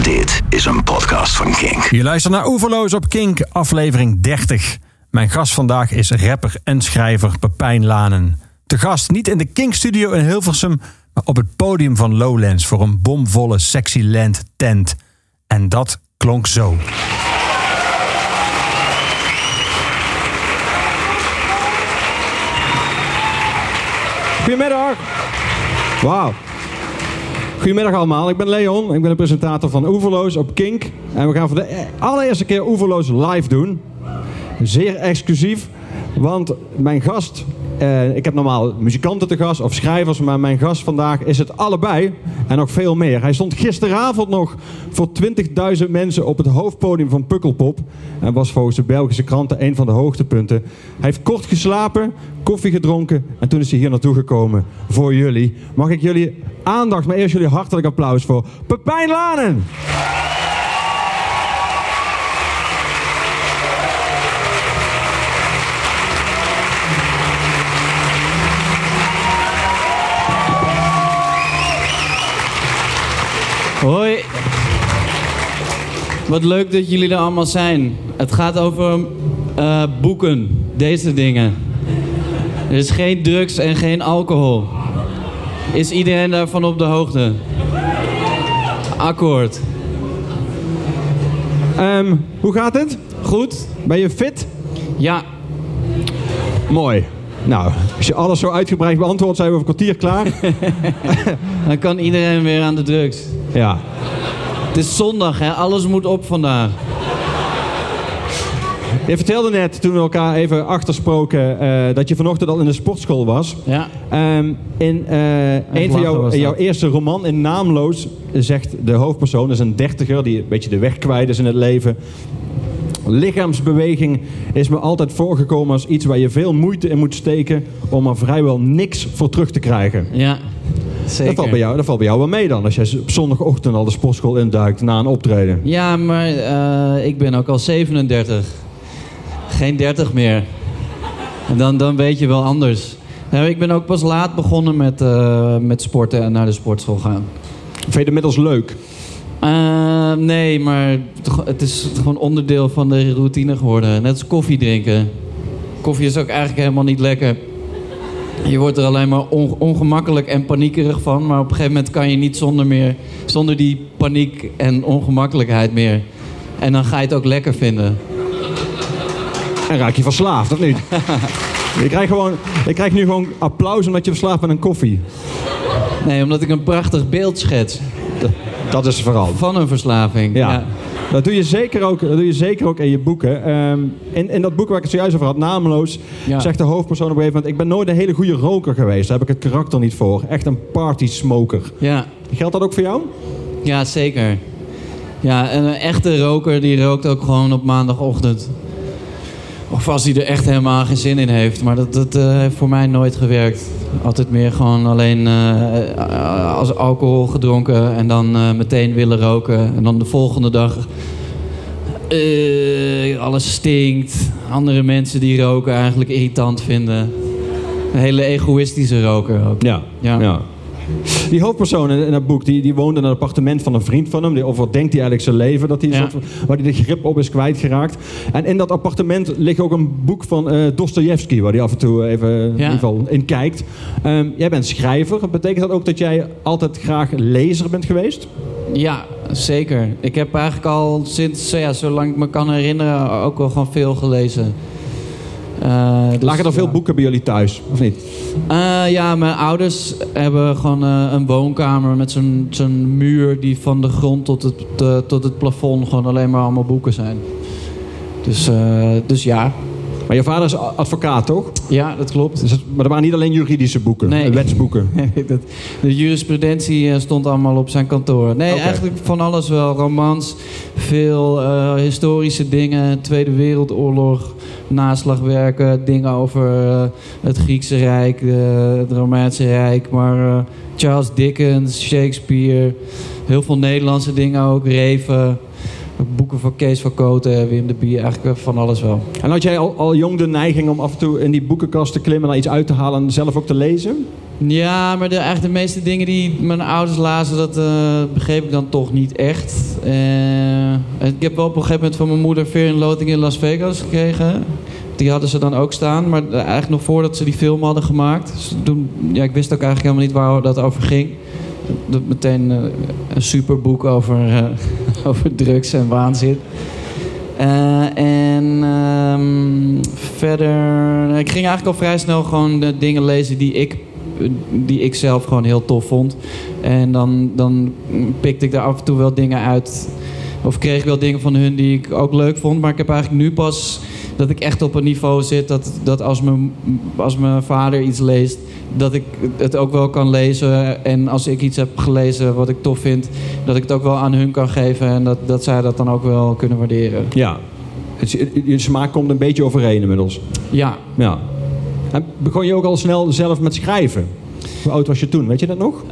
Dit is een podcast van Kink. Je luistert naar Oeverloos op Kink, aflevering 30. Mijn gast vandaag is rapper en schrijver Pepijn Lanen. Te gast niet in de Kink-studio in Hilversum, maar op het podium van Lowlands voor een bomvolle Sexyland tent. En dat klonk zo. Goedemiddag. Wauw. Goedemiddag allemaal, ik ben Leon. Ik ben de presentator van Oeverloos op Kink. En we gaan voor de allereerste keer Oeverloos live doen. Zeer exclusief, want mijn gast... ik heb normaal muzikanten te gast of schrijvers, maar mijn gast vandaag is het allebei en nog veel meer. Hij stond gisteravond nog voor 20.000 mensen op het hoofdpodium van Pukkelpop en was volgens de Belgische kranten een van de hoogtepunten. Hij heeft kort geslapen, koffie gedronken en toen is hij hier naartoe gekomen voor jullie. Mag ik jullie aandacht, maar eerst jullie hartelijk applaus voor Pepijn Lanen! Hoi. Wat leuk dat jullie er allemaal zijn. Het gaat over boeken. Deze dingen. Er is geen drugs en geen alcohol. Is iedereen daarvan op de hoogte? Akkoord. Hoe gaat het? Goed? Ben je fit? Ja. Mooi. Nou, als je alles zo uitgebreid beantwoordt, zijn we over een kwartier klaar. Dan kan iedereen weer aan de drugs. Ja. Het is zondag, hè? Alles moet op vandaag. Je vertelde net, toen we elkaar even achtersproken, dat je vanochtend al in de sportschool was. Ja. In een van jouw eerste roman, in Naamloos, zegt de hoofdpersoon, dat is een 30er die een beetje de weg kwijt is in het leven. Lichaamsbeweging is me altijd voorgekomen als iets waar je veel moeite in moet steken om er vrijwel niks voor terug te krijgen. Ja, zeker. Dat valt bij jou wel mee dan, als jij op zondagochtend al de sportschool induikt na een optreden. Ja, maar ik ben ook al 37. Geen 30 meer. En dan weet je wel anders. Ik ben ook pas laat begonnen met sporten en naar de sportschool gaan. Vind je het inmiddels leuk? Nee, maar het is gewoon onderdeel van de routine geworden. Net als koffie drinken. Koffie is ook eigenlijk helemaal niet lekker. Je wordt er alleen maar ongemakkelijk en paniekerig van. Maar op een gegeven moment kan je niet zonder die paniek en ongemakkelijkheid meer. En dan ga je het ook lekker vinden. En raak je verslaafd, of niet? Je krijgt nu gewoon applaus omdat je verslaafd bent aan koffie. Nee, omdat ik een prachtig beeld schets. Dat is vooral. Van een verslaving. Ja. Dat doe je zeker ook in je boeken. In dat boek waar ik het zojuist over had, Naamloos, zegt de hoofdpersoon op een gegeven moment: ik ben nooit een hele goede roker geweest. Daar heb ik het karakter niet voor. Echt een party smoker. Ja. Geldt dat ook voor jou? Ja, zeker. Ja, een echte roker die rookt ook gewoon op maandagochtend. Of als hij er echt helemaal geen zin in heeft. Maar dat heeft voor mij nooit gewerkt. Altijd meer gewoon alleen als alcohol gedronken. En dan meteen willen roken. En dan de volgende dag... alles stinkt. Andere mensen die roken eigenlijk irritant vinden. Een hele egoïstische roker ook. Ja. Die hoofdpersoon in dat boek, die woont in een appartement van een vriend van hem. Of wat denkt hij eigenlijk zijn leven? Waar hij de grip op is kwijtgeraakt. En in dat appartement ligt ook een boek van Dostojevski, waar hij af en toe even in ieder geval in kijkt. Jij bent schrijver. Betekent dat ook dat jij altijd graag lezer bent geweest? Ja, zeker. Ik heb eigenlijk al sinds, zolang ik me kan herinneren, ook wel gewoon veel gelezen. Lagen er veel boeken bij jullie thuis, of niet? Ja, mijn ouders hebben gewoon een woonkamer met zo'n muur die van de grond tot het plafond gewoon alleen maar allemaal boeken zijn. Dus ja. Maar je vader is advocaat, toch? Ja, dat klopt. Maar er waren niet alleen juridische boeken, wetsboeken. De jurisprudentie stond allemaal op zijn kantoor. Nee, eigenlijk van alles wel. Romans, veel historische dingen, Tweede Wereldoorlog, naslagwerken, dingen over het Griekse Rijk, het Romeinse Rijk, maar Charles Dickens, Shakespeare, heel veel Nederlandse dingen ook, Reven. Boeken van Kees van Kooten, Wim de Bie, eigenlijk van alles wel. En had jij al jong de neiging om af en toe in die boekenkast te klimmen, naar iets uit te halen en zelf ook te lezen? Ja, maar eigenlijk de meeste dingen die mijn ouders lazen, dat begreep ik dan toch niet echt. Ik heb wel op een gegeven moment van mijn moeder Fear and Loathing in Las Vegas gekregen. Die hadden ze dan ook staan, maar eigenlijk nog voordat ze die film hadden gemaakt. Dus toen, ik wist ook eigenlijk helemaal niet waar dat over ging. Meteen een superboek over drugs en waanzin. Verder, ik ging eigenlijk al vrij snel gewoon de dingen lezen die ik zelf gewoon heel tof vond. En dan pikte ik daar af en toe wel dingen uit. Of kreeg ik wel dingen van hun die ik ook leuk vond. Maar ik heb eigenlijk nu pas dat ik echt op een niveau zit dat als mijn vader iets leest, dat ik het ook wel kan lezen. En als ik iets heb gelezen wat ik tof vind, dat ik het ook wel aan hun kan geven. En dat zij dat dan ook wel kunnen waarderen. Ja. Je smaak komt een beetje overeen inmiddels. Ja. En begon je ook al snel zelf met schrijven? Hoe oud was je toen? Weet je dat nog?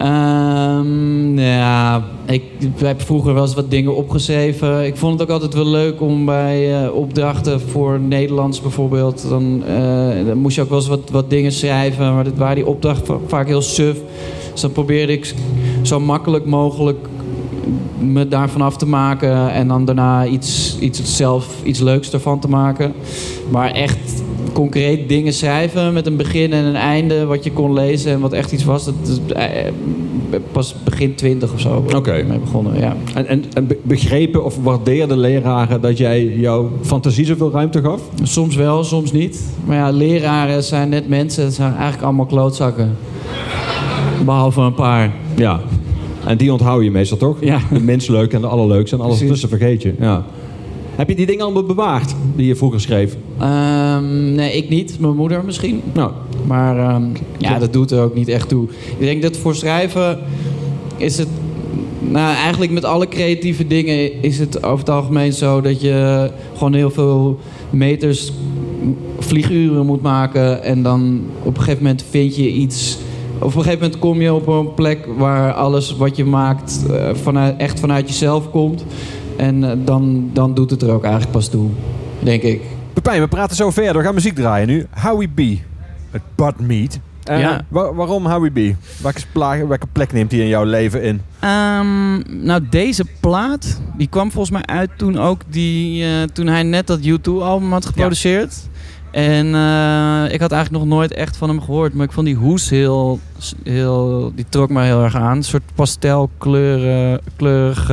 Ik heb vroeger wel eens wat dingen opgeschreven. Ik vond het ook altijd wel leuk om bij opdrachten voor Nederlands bijvoorbeeld. Dan moest je ook wel eens wat dingen schrijven. Maar dat waren die opdrachten vaak heel suf. Dus dan probeerde ik zo makkelijk mogelijk me daarvan af te maken. En dan daarna iets leuks ervan te maken. Maar echt concreet dingen schrijven met een begin en een einde, wat je kon lezen en wat echt iets was, dat is pas begin 20 of zo mee begonnen. Ja. En begrepen of waardeerden leraren dat jij jouw fantasie zoveel ruimte gaf? Soms wel, soms niet. Maar ja, leraren zijn net mensen, het zijn eigenlijk allemaal klootzakken. Behalve een paar. Ja. En die onthoud je meestal toch? Ja. De minst leuk en de allerleukste en alles ertussen vergeet je. Ja. Heb je die dingen allemaal bewaard die je vroeger schreef? Nee, ik niet. Mijn moeder misschien. Nou. Maar dat doet er ook niet echt toe. Ik denk dat voor schrijven is het... Nou, eigenlijk met alle creatieve dingen is het over het algemeen zo dat je gewoon heel veel meters vlieguren moet maken. En dan op een gegeven moment vind je iets... Op een gegeven moment kom je op een plek waar alles wat je maakt echt vanuit jezelf komt. En dan doet het er ook eigenlijk pas toe, denk ik. Pepijn, we praten zo verder. We gaan muziek draaien nu. Howie B. Met Bud Mead. Waarom Howie B? Welke plek neemt hij in jouw leven in? Nou, deze plaat, die kwam volgens mij uit toen hij net dat U2-album had geproduceerd. Ja. En ik had eigenlijk nog nooit echt van hem gehoord. Maar ik vond die hoes heel die trok me heel erg aan. Een soort pastelkleurig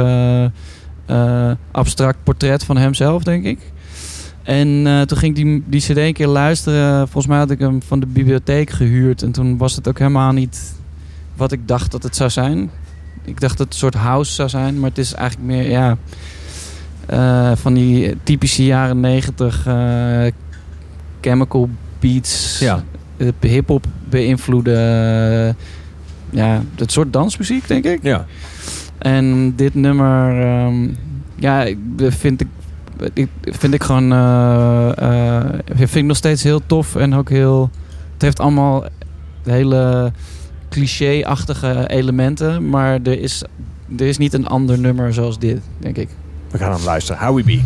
abstract portret van hemzelf, denk ik. En toen ging ik die cd een keer luisteren. Volgens mij had ik hem van de bibliotheek gehuurd. En toen was het ook helemaal niet wat ik dacht dat het zou zijn. Ik dacht dat het een soort house zou zijn. Maar het is eigenlijk meer van die typische jaren 90 chemical beats. Ja. Hip-hop beïnvloede. Dat soort dansmuziek, denk ik. Ja. En dit nummer vind ik gewoon vind ik nog steeds heel tof en ook heel... Het heeft allemaal hele cliché-achtige elementen, maar er is niet een ander nummer zoals dit, denk ik. We gaan hem luisteren. Howie B.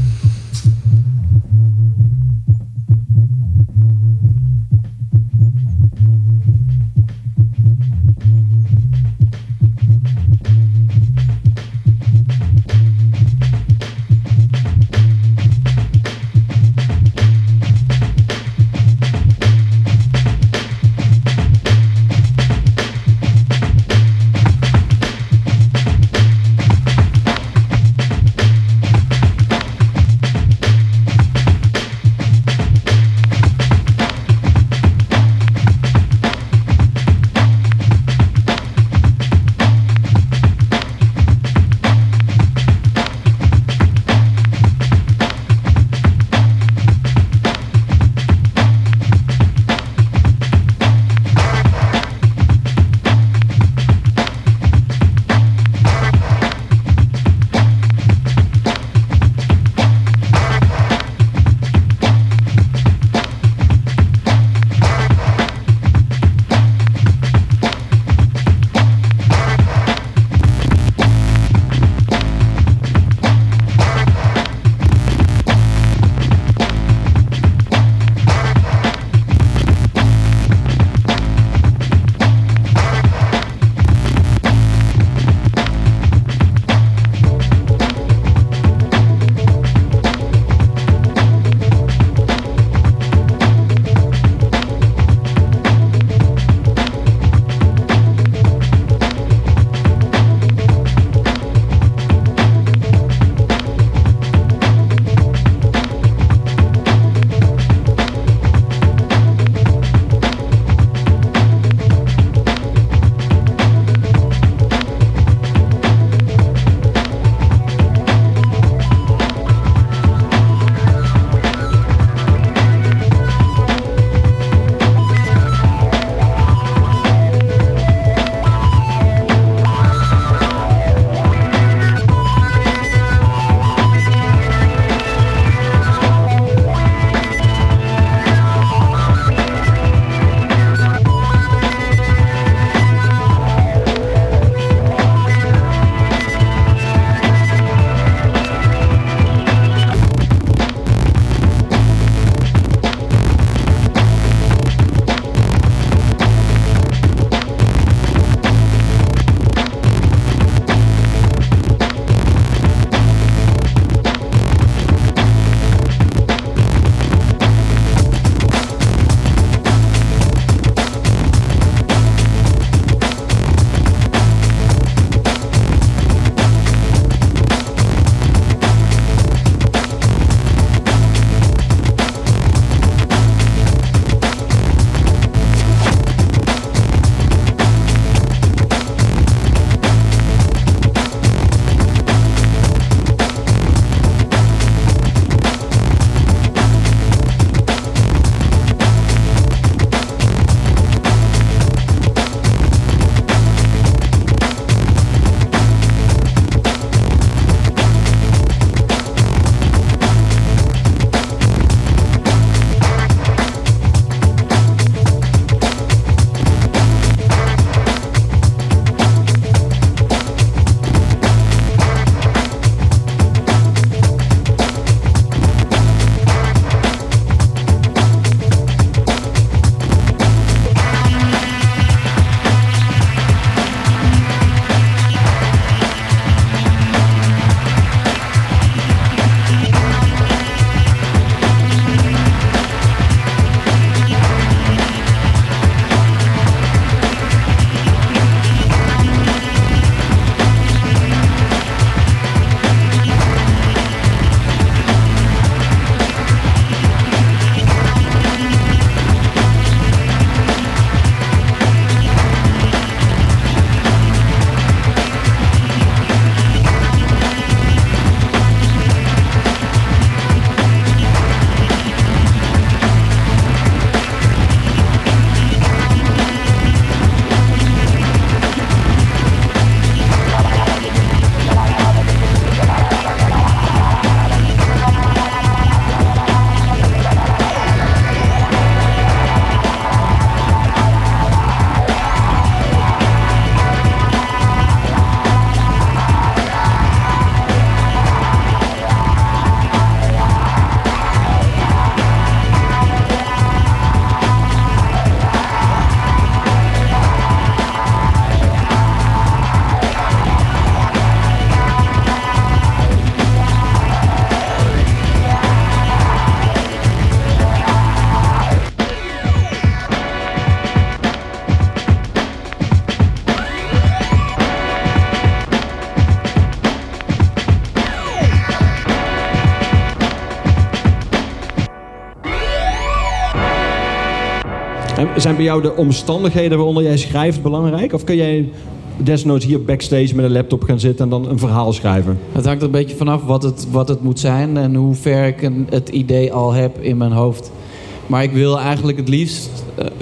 En zijn bij jou de omstandigheden waaronder jij schrijft belangrijk? Of kun jij desnoods hier backstage met een laptop gaan zitten en dan een verhaal schrijven? Het hangt er een beetje vanaf wat het moet zijn en hoe ver ik het idee al heb in mijn hoofd. Maar ik wil eigenlijk het liefst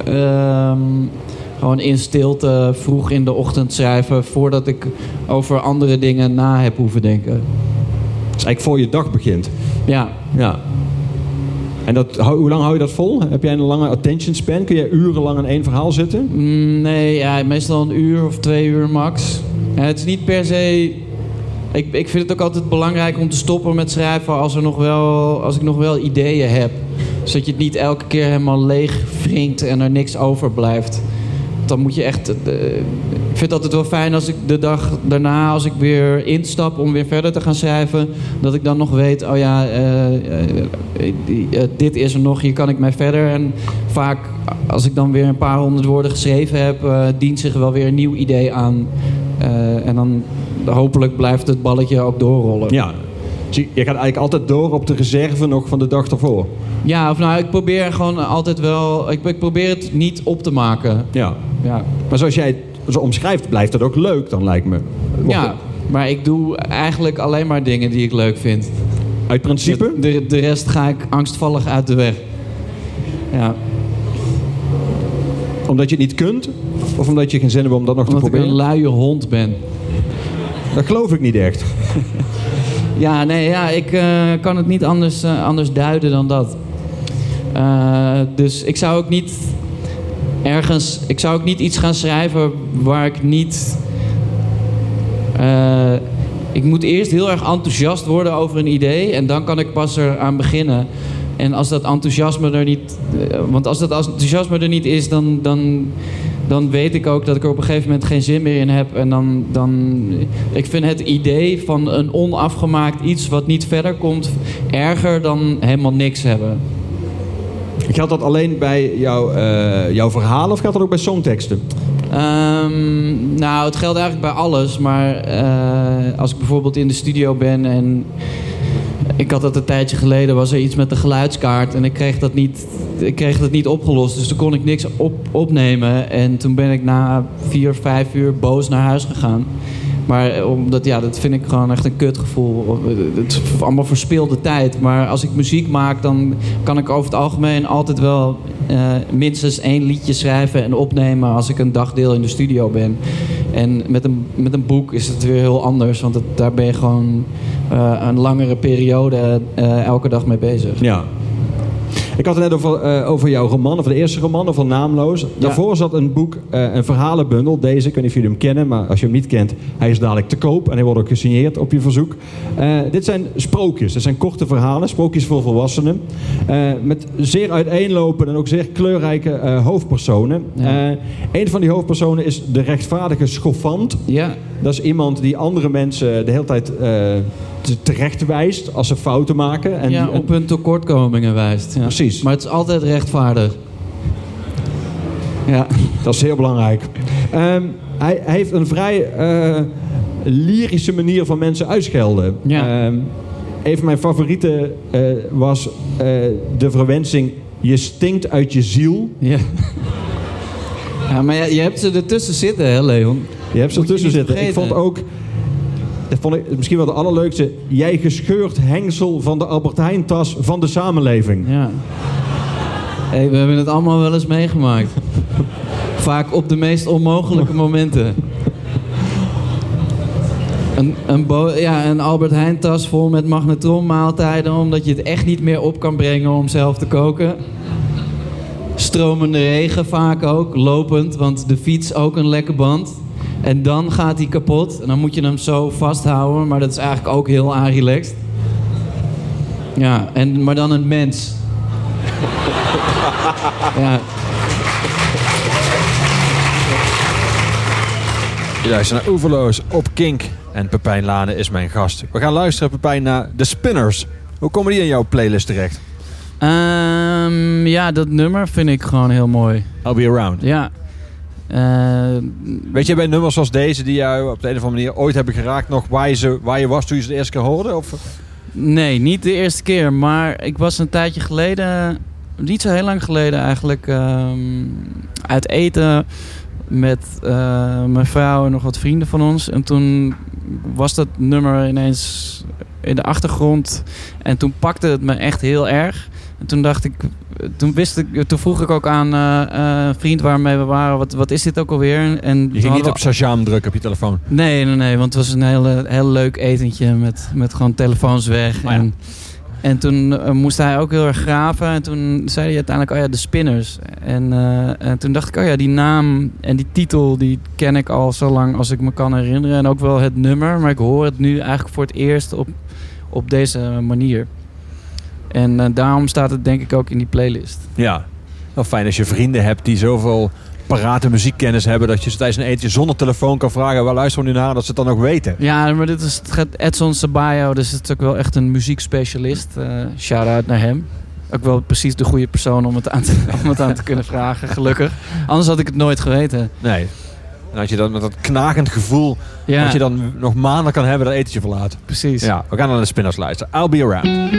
gewoon in stilte vroeg in de ochtend schrijven voordat ik over andere dingen na heb hoeven denken. Dus eigenlijk voor je dag begint? Ja. En hoe lang hou je dat vol? Heb jij een lange attention span? Kun jij urenlang in één verhaal zitten? Nee, ja, meestal een uur of 2 uur max. Ja, het is niet per se... Ik vind het ook altijd belangrijk om te stoppen met schrijven als ik nog wel ideeën heb. Zodat je het niet elke keer helemaal leeg wringt en er niks overblijft. Dan moet je echt... Ik vind het altijd wel fijn als ik de dag daarna, als ik weer instap om weer verder te gaan schrijven, dat ik dan nog weet, dit is er nog, hier kan ik mee verder. En vaak, als ik dan weer een paar 100 woorden geschreven heb, dient zich wel weer een nieuw idee aan. En dan hopelijk blijft het balletje ook doorrollen. Ja. Dus je gaat eigenlijk altijd door op de reserve nog van de dag ervoor? Ja, ik probeer gewoon altijd wel... Ik probeer het niet op te maken. Ja. Maar zoals jij het zo omschrijft, blijft dat ook leuk dan, lijkt me. Maar ik doe eigenlijk alleen maar dingen die ik leuk vind. Uit principe? De rest ga ik angstvallig uit de weg. Ja. Omdat je het niet kunt? Of omdat je geen zin hebt om dat nog te proberen? Omdat ik een luie hond ben. Dat geloof ik niet echt. Ik kan het niet anders duiden dan dat. Dus ik zou ook niet iets gaan schrijven waar ik niet... ik moet eerst heel erg enthousiast worden over een idee en dan kan ik pas eraan beginnen. En als dat enthousiasme er niet... want als dat enthousiasme er niet is, dan weet ik ook dat ik er op een gegeven moment geen zin meer in heb. En dan ik vind het idee van een onafgemaakt iets wat niet verder komt erger dan helemaal niks hebben. Geldt dat alleen bij jouw verhalen of geldt dat ook bij songteksten? Het geldt eigenlijk bij alles. Maar als ik bijvoorbeeld in de studio ben en... Ik had dat een tijdje geleden, was er iets met de geluidskaart en ik kreeg dat niet opgelost. Dus toen kon ik niks opnemen en toen ben ik na 4, 5 uur boos naar huis gegaan. Maar dat vind ik gewoon echt een kutgevoel. Het is allemaal verspilde tijd. Maar als ik muziek maak, dan kan ik over het algemeen altijd wel minstens 1 liedje schrijven en opnemen als ik een dagdeel in de studio ben. En met een boek is het weer heel anders, want daar ben je gewoon een langere periode elke dag mee bezig. Ja. Ik had het net over jouw roman, over de eerste roman, over Naamloos. Daarvoor zat een boek, een verhalenbundel. Deze, ik weet niet of jullie hem kennen, maar als je hem niet kent, hij is dadelijk te koop en hij wordt ook gesigneerd op je verzoek. Dit zijn sprookjes, dit zijn korte verhalen, sprookjes voor volwassenen. Met zeer uiteenlopende en ook zeer kleurrijke hoofdpersonen. Ja. Een van die hoofdpersonen is de rechtvaardige schoffant. Ja. Dat is iemand die andere mensen de hele tijd terecht wijst als ze fouten maken. En op hun tekortkomingen wijst. Ja. Precies. Maar het is altijd rechtvaardig. Ja. Dat is heel belangrijk. Hij heeft een vrij lyrische manier van mensen uitschelden. Ja. Een van mijn favorieten was de verwensing: je stinkt uit je ziel. Ja. Ja, maar je hebt ze ertussen zitten, hè, Leon? Je hebt ze ertussen zitten. Vergeten. Ik vond ook... Dat vond ik misschien wel de allerleukste. Jij gescheurd hengsel van de Albert Heijn tas van de samenleving. Ja. Hey, we hebben het allemaal wel eens meegemaakt. Vaak op de meest onmogelijke momenten. Een Albert Heijn tas vol met magnetronmaaltijden, omdat je het echt niet meer op kan brengen om zelf te koken. Stromende regen vaak ook, lopend, want de fiets ook een lekke band. En dan gaat hij kapot en dan moet je hem zo vasthouden, maar dat is eigenlijk ook heel relaxed. Ja, maar dan een mens. Ja. Je luistert naar Oeverloos op Kink en Pepijn Lane is mijn gast. We gaan luisteren, Pepijn, naar The Spinners. Hoe komen die in jouw playlist terecht? Dat nummer vind ik gewoon heel mooi. I'll Be Around. Ja. Weet je bij nummers zoals deze die jou op de een of andere manier ooit hebben geraakt nog waar je was toen je ze de eerste keer hoorde? Of? Nee, niet de eerste keer. Maar ik was een tijdje geleden niet zo heel lang geleden eigenlijk uit eten met mijn vrouw en nog wat vrienden van ons. En toen was dat nummer ineens in de achtergrond. En toen pakte het me echt heel erg. En toen vroeg ik ook aan een vriend waarmee we waren, wat is dit ook alweer? En je ging niet op Shazam drukken op je telefoon? Nee, want het was een heel leuk etentje met gewoon telefoons weg. Oh ja. En toen moest hij ook heel erg graven. En toen zei hij uiteindelijk, de Spinners. En toen dacht ik, die naam en die titel, die ken ik al zo lang als ik me kan herinneren. En ook wel het nummer, maar ik hoor het nu eigenlijk voor het eerst op deze manier. En daarom staat het denk ik ook in die playlist. Ja, wel fijn als je vrienden hebt die zoveel parate muziekkennis hebben dat je ze tijdens een etentje zonder telefoon kan vragen waar luisteren we nu naar, dat ze het dan ook weten. Ja, maar dit is Edson Sabayo, dus het is ook wel echt een muziekspecialist. Shout-out naar hem. Ook wel precies de goede persoon om het aan te kunnen vragen, gelukkig. Anders had ik het nooit geweten. Nee. En als je dan met dat knagend gevoel, dat je dan nog maanden kan hebben, dat etentje verlaten. Precies. Ja, we gaan naar de Spinners luisteren. I'll Be Around.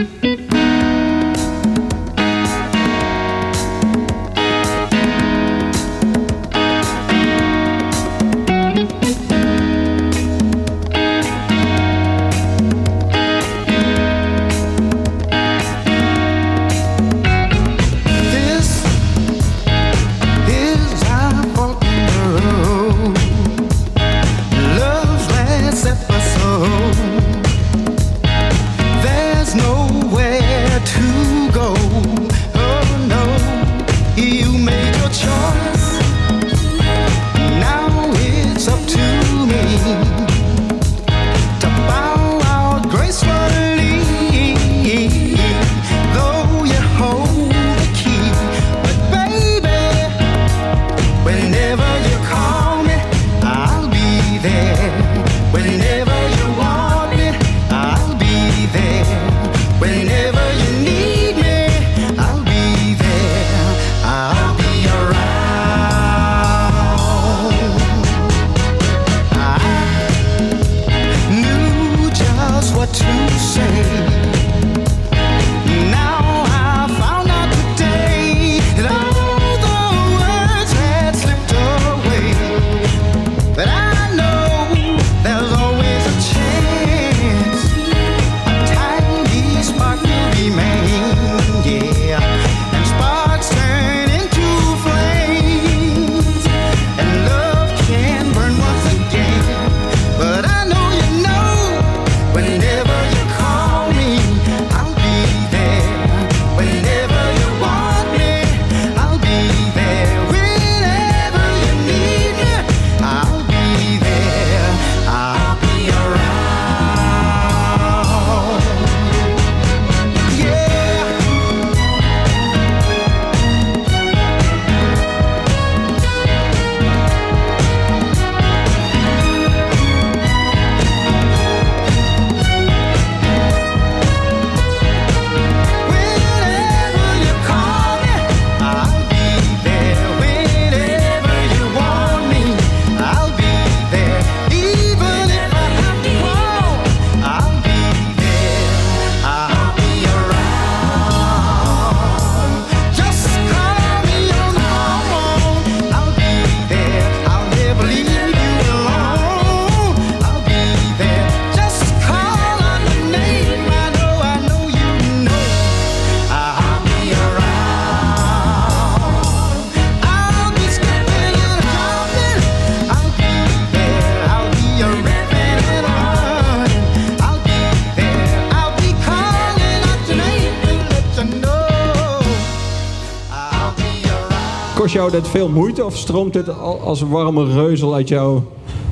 Kost jou dit veel moeite of stroomt dit als warme reuzel uit jouw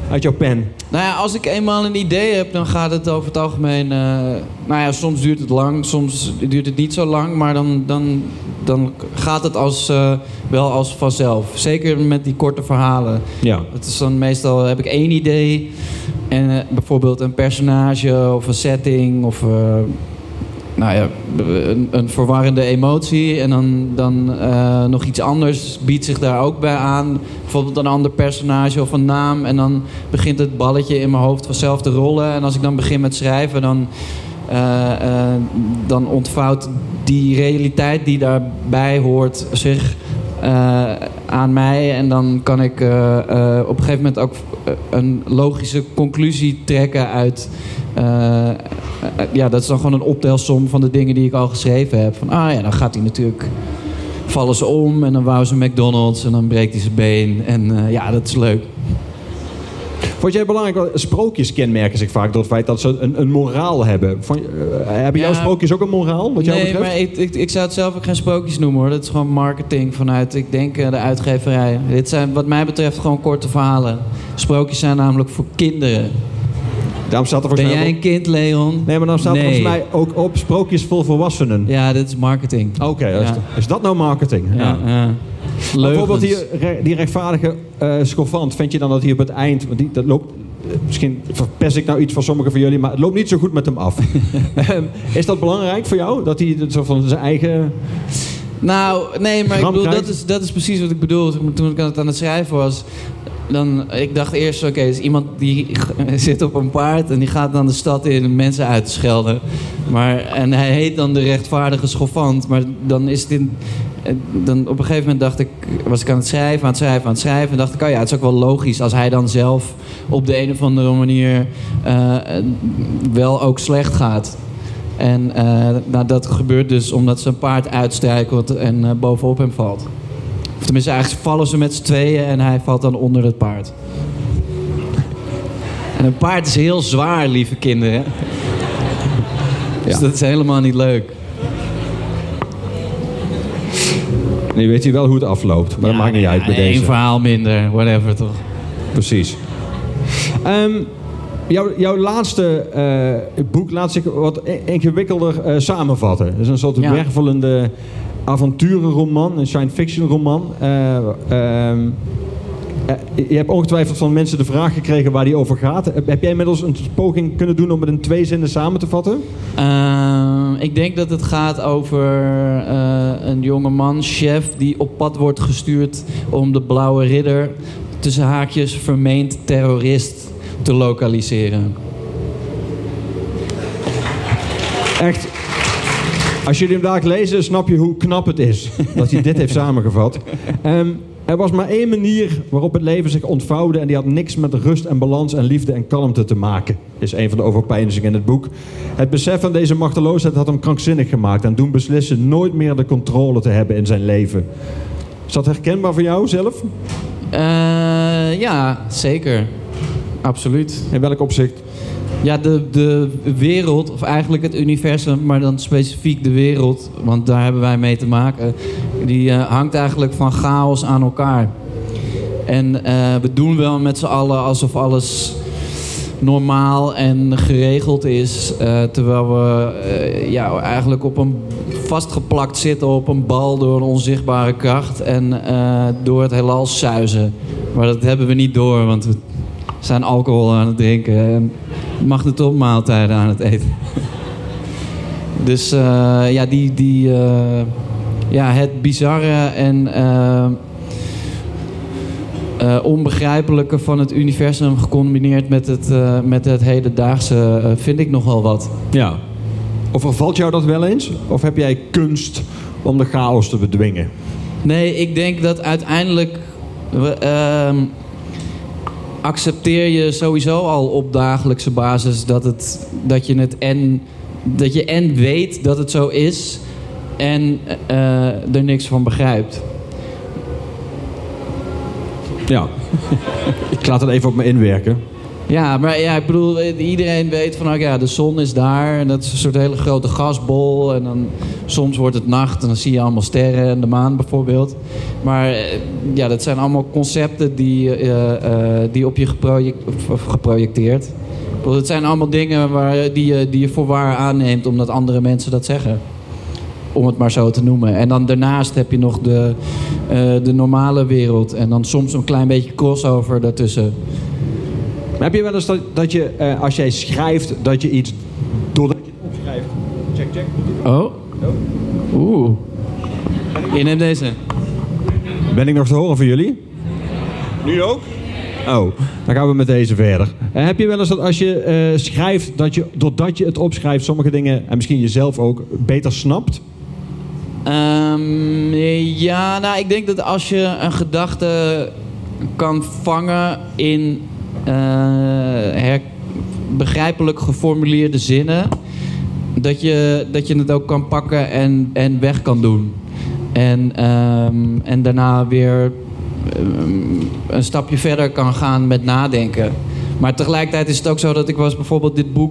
pen? Nou ja, als ik eenmaal een idee heb, dan gaat het over het algemeen... soms duurt het lang, soms duurt het niet zo lang. Maar dan gaat het wel als vanzelf. Zeker met die korte verhalen. Ja. Het is dan meestal, heb ik één idee. En bijvoorbeeld een personage of een setting of... een verwarrende emotie en dan nog iets anders biedt zich daar ook bij aan. Bijvoorbeeld een ander personage of een naam. En dan begint het balletje in mijn hoofd vanzelf te rollen. En als ik dan begin met schrijven, dan ontvouwt die realiteit die daarbij hoort zich aan mij. En dan kan ik op een gegeven moment ook een logische conclusie trekken uit... dat is dan gewoon een optelsom van de dingen die ik al geschreven heb. Van, dan gaat hij natuurlijk... vallen ze om en dan wou ze McDonald's en dan breekt hij zijn been. En dat is leuk. Vond jij belangrijk, sprookjes kenmerken zich vaak door het feit dat ze een moraal hebben. Hebben jouw sprookjes ook een moraal, wat jou betreft? Nee, maar ik zou het zelf ook geen sprookjes noemen, hoor. Dat is gewoon marketing vanuit, ik denk, de uitgeverij. Dit zijn wat mij betreft gewoon korte verhalen. Sprookjes zijn namelijk voor kinderen. Daarom staat er Ben jij een kind, Leon? Nee, maar dan staat er volgens mij ook op sprookjes voor volwassenen. Ja, dit is marketing. Oké, is dat nou marketing? Ja. Bijvoorbeeld die rechtvaardige schoffant, vind je dan dat hij op het eind... dat loopt, misschien verpest ik nou iets van sommigen van jullie, maar het loopt niet zo goed met hem af. Is dat belangrijk voor jou? Dat hij zo van zijn eigen... Nou, nee, maar ik bedoel, dat is precies wat ik bedoel. Toen ik het aan het schrijven was... Ik dacht eerst, oké, is iemand die zit op een paard en die gaat dan de stad in om mensen uit te schelden. En hij heet dan de rechtvaardige schoffant. Maar dan is het dan op een gegeven moment was ik aan het schrijven. En dacht ik, het is ook wel logisch als hij dan zelf op de een of andere manier wel ook slecht gaat. En dat gebeurt dus omdat zijn paard uitstrijkelt en bovenop hem valt. Of tenminste, eigenlijk vallen ze met z'n tweeën en hij valt dan onder het paard. En een paard is heel zwaar, lieve kinderen. Dus dat is helemaal niet leuk. Nu weet hij wel hoe het afloopt, maar dat maakt niet uit bij deze. Eén verhaal minder, whatever toch. Precies. Jouw laatste boek laat zich wat ingewikkelder samenvatten. Het is een soort wervelende avonturenroman, een science fiction roman. Je hebt ongetwijfeld van mensen de vraag gekregen waar die over gaat. Heb jij inmiddels een poging kunnen doen om het in 2 zinnen samen te vatten? Ik denk dat het gaat over een jongeman, chef, die op pad wordt gestuurd om de Blauwe Ridder, tussen haakjes vermeend terrorist, te lokaliseren. Echt. Als jullie hem daar lezen, snap je hoe knap het is dat hij dit heeft samengevat. Er was maar 1 manier waarop het leven zich ontvouwde en die had niks met rust en balans en liefde en kalmte te maken, is een van de overpeinzingen in het boek. Het besef van deze machteloosheid had hem krankzinnig gemaakt en doen beslissen nooit meer de controle te hebben in zijn leven. Is dat herkenbaar voor jou zelf? Ja, zeker. Absoluut. In welk opzicht? Ja, de wereld, of eigenlijk het universum, maar dan specifiek de wereld, want daar hebben wij mee te maken, die hangt eigenlijk van chaos aan elkaar. En we doen wel met z'n allen alsof alles normaal en geregeld is, terwijl we eigenlijk vastgeplakt zitten op een bal door een onzichtbare kracht en door het heelal suizen. Maar dat hebben we niet door, want we zijn alcohol aan het drinken en magnetronmaaltijden aan het eten. Dus het bizarre en onbegrijpelijke van het universum gecombineerd met het hedendaagse vind ik nogal wat. Ja. Overvalt jou dat wel eens? Of heb jij kunst om de chaos te bedwingen? Nee, ik denk dat uiteindelijk accepteer je sowieso al op dagelijkse basis dat je en weet dat het zo is en er niks van begrijpt. Ja, ik laat het even op me inwerken. Ja, maar ik bedoel, iedereen weet van, de zon is daar en dat is een soort hele grote gasbol en dan soms wordt het nacht en dan zie je allemaal sterren en de maan bijvoorbeeld. Maar dat zijn allemaal concepten die op je geprojecteerd. Ik bedoel, het zijn allemaal dingen die je voor waar aanneemt omdat andere mensen dat zeggen. Om het maar zo te noemen. En dan daarnaast heb je nog de normale wereld en dan soms een klein beetje crossover daartussen. Maar heb je wel eens dat je, als jij schrijft, dat je iets, doordat je het opschrijft... Check. Oh. Oeh. Je neemt deze. Ben ik nog te horen voor jullie? Nu ook? Oh, dan gaan we met deze verder. Heb je wel eens dat als je schrijft, dat je doordat je het opschrijft, sommige dingen, en misschien jezelf ook, beter snapt? Ja, nou, ik denk dat als je een gedachte kan vangen in begrijpelijk geformuleerde zinnen, dat je het ook kan pakken en weg kan doen. En daarna weer een stapje verder kan gaan met nadenken. Maar tegelijkertijd is het ook zo dat ik was bijvoorbeeld dit boek...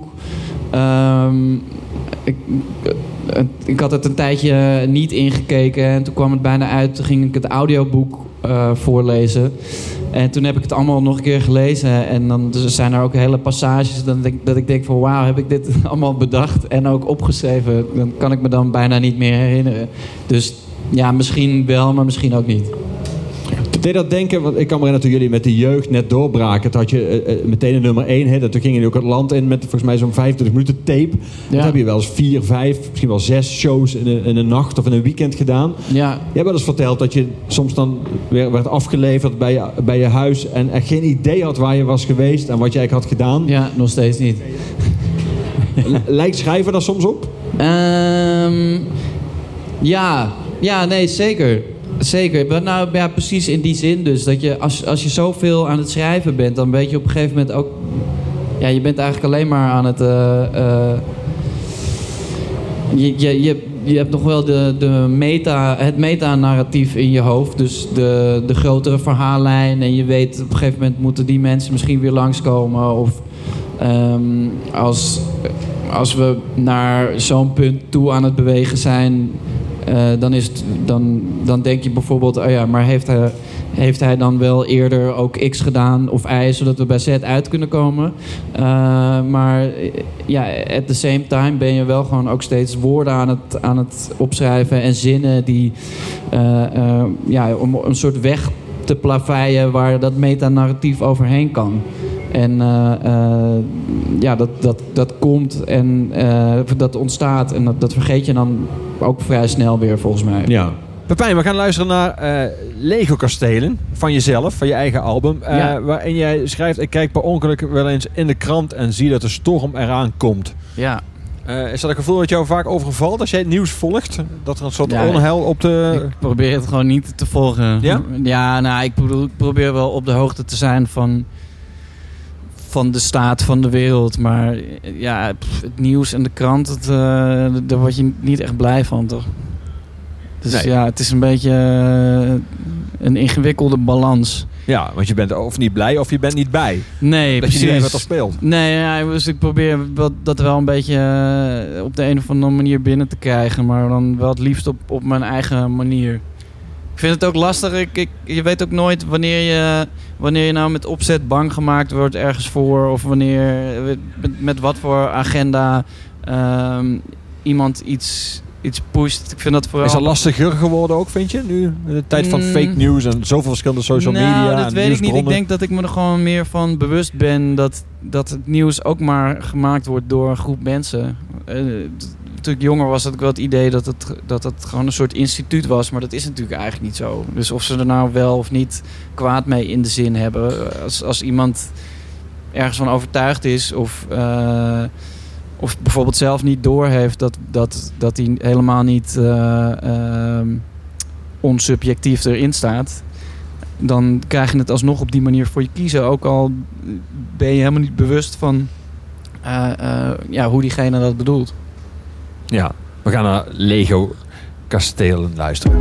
Ik had het een tijdje niet ingekeken en toen kwam het bijna uit. Toen ging ik het audioboek voorlezen. En toen heb ik het allemaal nog een keer gelezen. En dan zijn er ook hele passages dat ik denk van wauw, heb ik dit allemaal bedacht en ook opgeschreven? Dan kan ik me dan bijna niet meer herinneren. Dus ja, misschien wel, maar misschien ook niet. Deed dat denken, want ik kan me herinneren toen jullie met de jeugd net doorbraken, dat had je meteen een nummer 1 hit. En toen gingen jullie ook het land in met volgens mij zo'n 25 minuten tape. Ja. Dat heb je wel eens 4, 5, misschien wel 6 shows in een nacht of in een weekend gedaan. Ja. Je hebt wel eens verteld dat je soms dan weer werd afgeleverd bij je huis en echt geen idee had waar je was geweest en wat je eigenlijk had gedaan. Ja, nog steeds niet. Lijkt schrijven daar soms op? Ja, nee, zeker. Zeker. Nou ja, precies in die zin dus. Dat je als je zoveel aan het schrijven bent, dan weet je op een gegeven moment ook... Ja, je bent eigenlijk alleen maar aan het... Je hebt nog wel het meta-narratief in je hoofd. Dus de grotere verhaallijn. En je weet op een gegeven moment moeten die mensen misschien weer langskomen. Of als we naar zo'n punt toe aan het bewegen zijn... Dan denk je bijvoorbeeld, oh ja, maar heeft hij dan wel eerder ook X gedaan of Y, zodat we bij Z uit kunnen komen? Maar ja, at the same time ben je wel gewoon ook steeds woorden aan het opschrijven en zinnen die, om een soort weg te plaveien waar dat metanarratief overheen kan. En dat komt en dat ontstaat en dat vergeet je dan ook vrij snel weer volgens mij. Ja. Pepijn, we gaan luisteren naar Lego Kastelen van jezelf, van je eigen album. Waarin jij schrijft, ik kijk per ongeluk wel eens in de krant en zie dat de storm eraan komt. Ja. Is dat een gevoel dat jou vaak overvalt als jij het nieuws volgt? Dat er een soort onheil op de... Ik probeer het gewoon niet te volgen. Ja? Ja, nou, ik probeer wel op de hoogte te zijn van de staat van de wereld. Maar ja, het nieuws en de krant, daar word je niet echt blij van, toch? Dus nee. Ja, het is een beetje een ingewikkelde balans. Ja, want je bent of niet blij of je bent niet bij. Nee, dat je niet weet wat er speelt. Nee, ja, dus ik probeer dat wel een beetje op de een of andere manier binnen te krijgen. Maar dan wel het liefst op mijn eigen manier. Ik vind het ook lastig. Je weet ook nooit wanneer je nou met opzet bang gemaakt wordt ergens voor. Of wanneer met wat voor agenda iemand iets pusht. Ik vind dat vooral... Is dat lastiger geworden ook, vind je? Nu, in de tijd van fake news en zoveel verschillende social media. Dat weet ik niet. Ik denk dat ik me er gewoon meer van bewust ben dat het nieuws ook maar gemaakt wordt door een groep mensen. Toen ik jonger was, had ik wel het idee dat het gewoon een soort instituut was. Maar dat is natuurlijk eigenlijk niet zo. Dus of ze er nou wel of niet kwaad mee in de zin hebben. Als iemand ergens van overtuigd is of bijvoorbeeld zelf niet doorheeft dat hij helemaal niet onsubjectief erin staat, dan krijg je het alsnog op die manier voor je kiezen. Ook al ben je helemaal niet bewust van hoe diegene dat bedoelt. Ja, we gaan naar Lego Kastelen luisteren.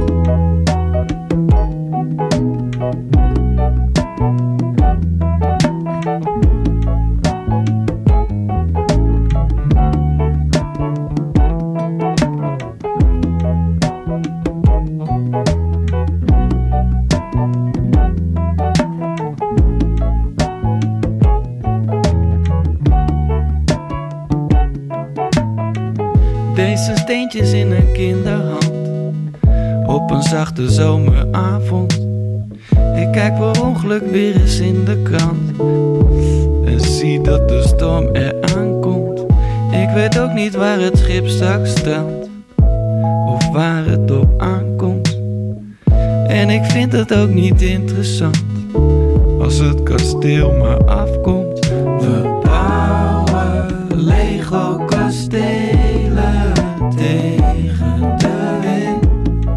Deze steentjes in een kinderhand op een zachte zomeravond. Ik kijk per ongeluk weer eens in de krant en zie dat de storm eraan komt. Ik weet ook niet waar het schip straks strandt of waar het op aankomt. En ik vind het ook niet interessant als het kasteel maar afkomt. We bouwen Lego kastelen tegen de wind.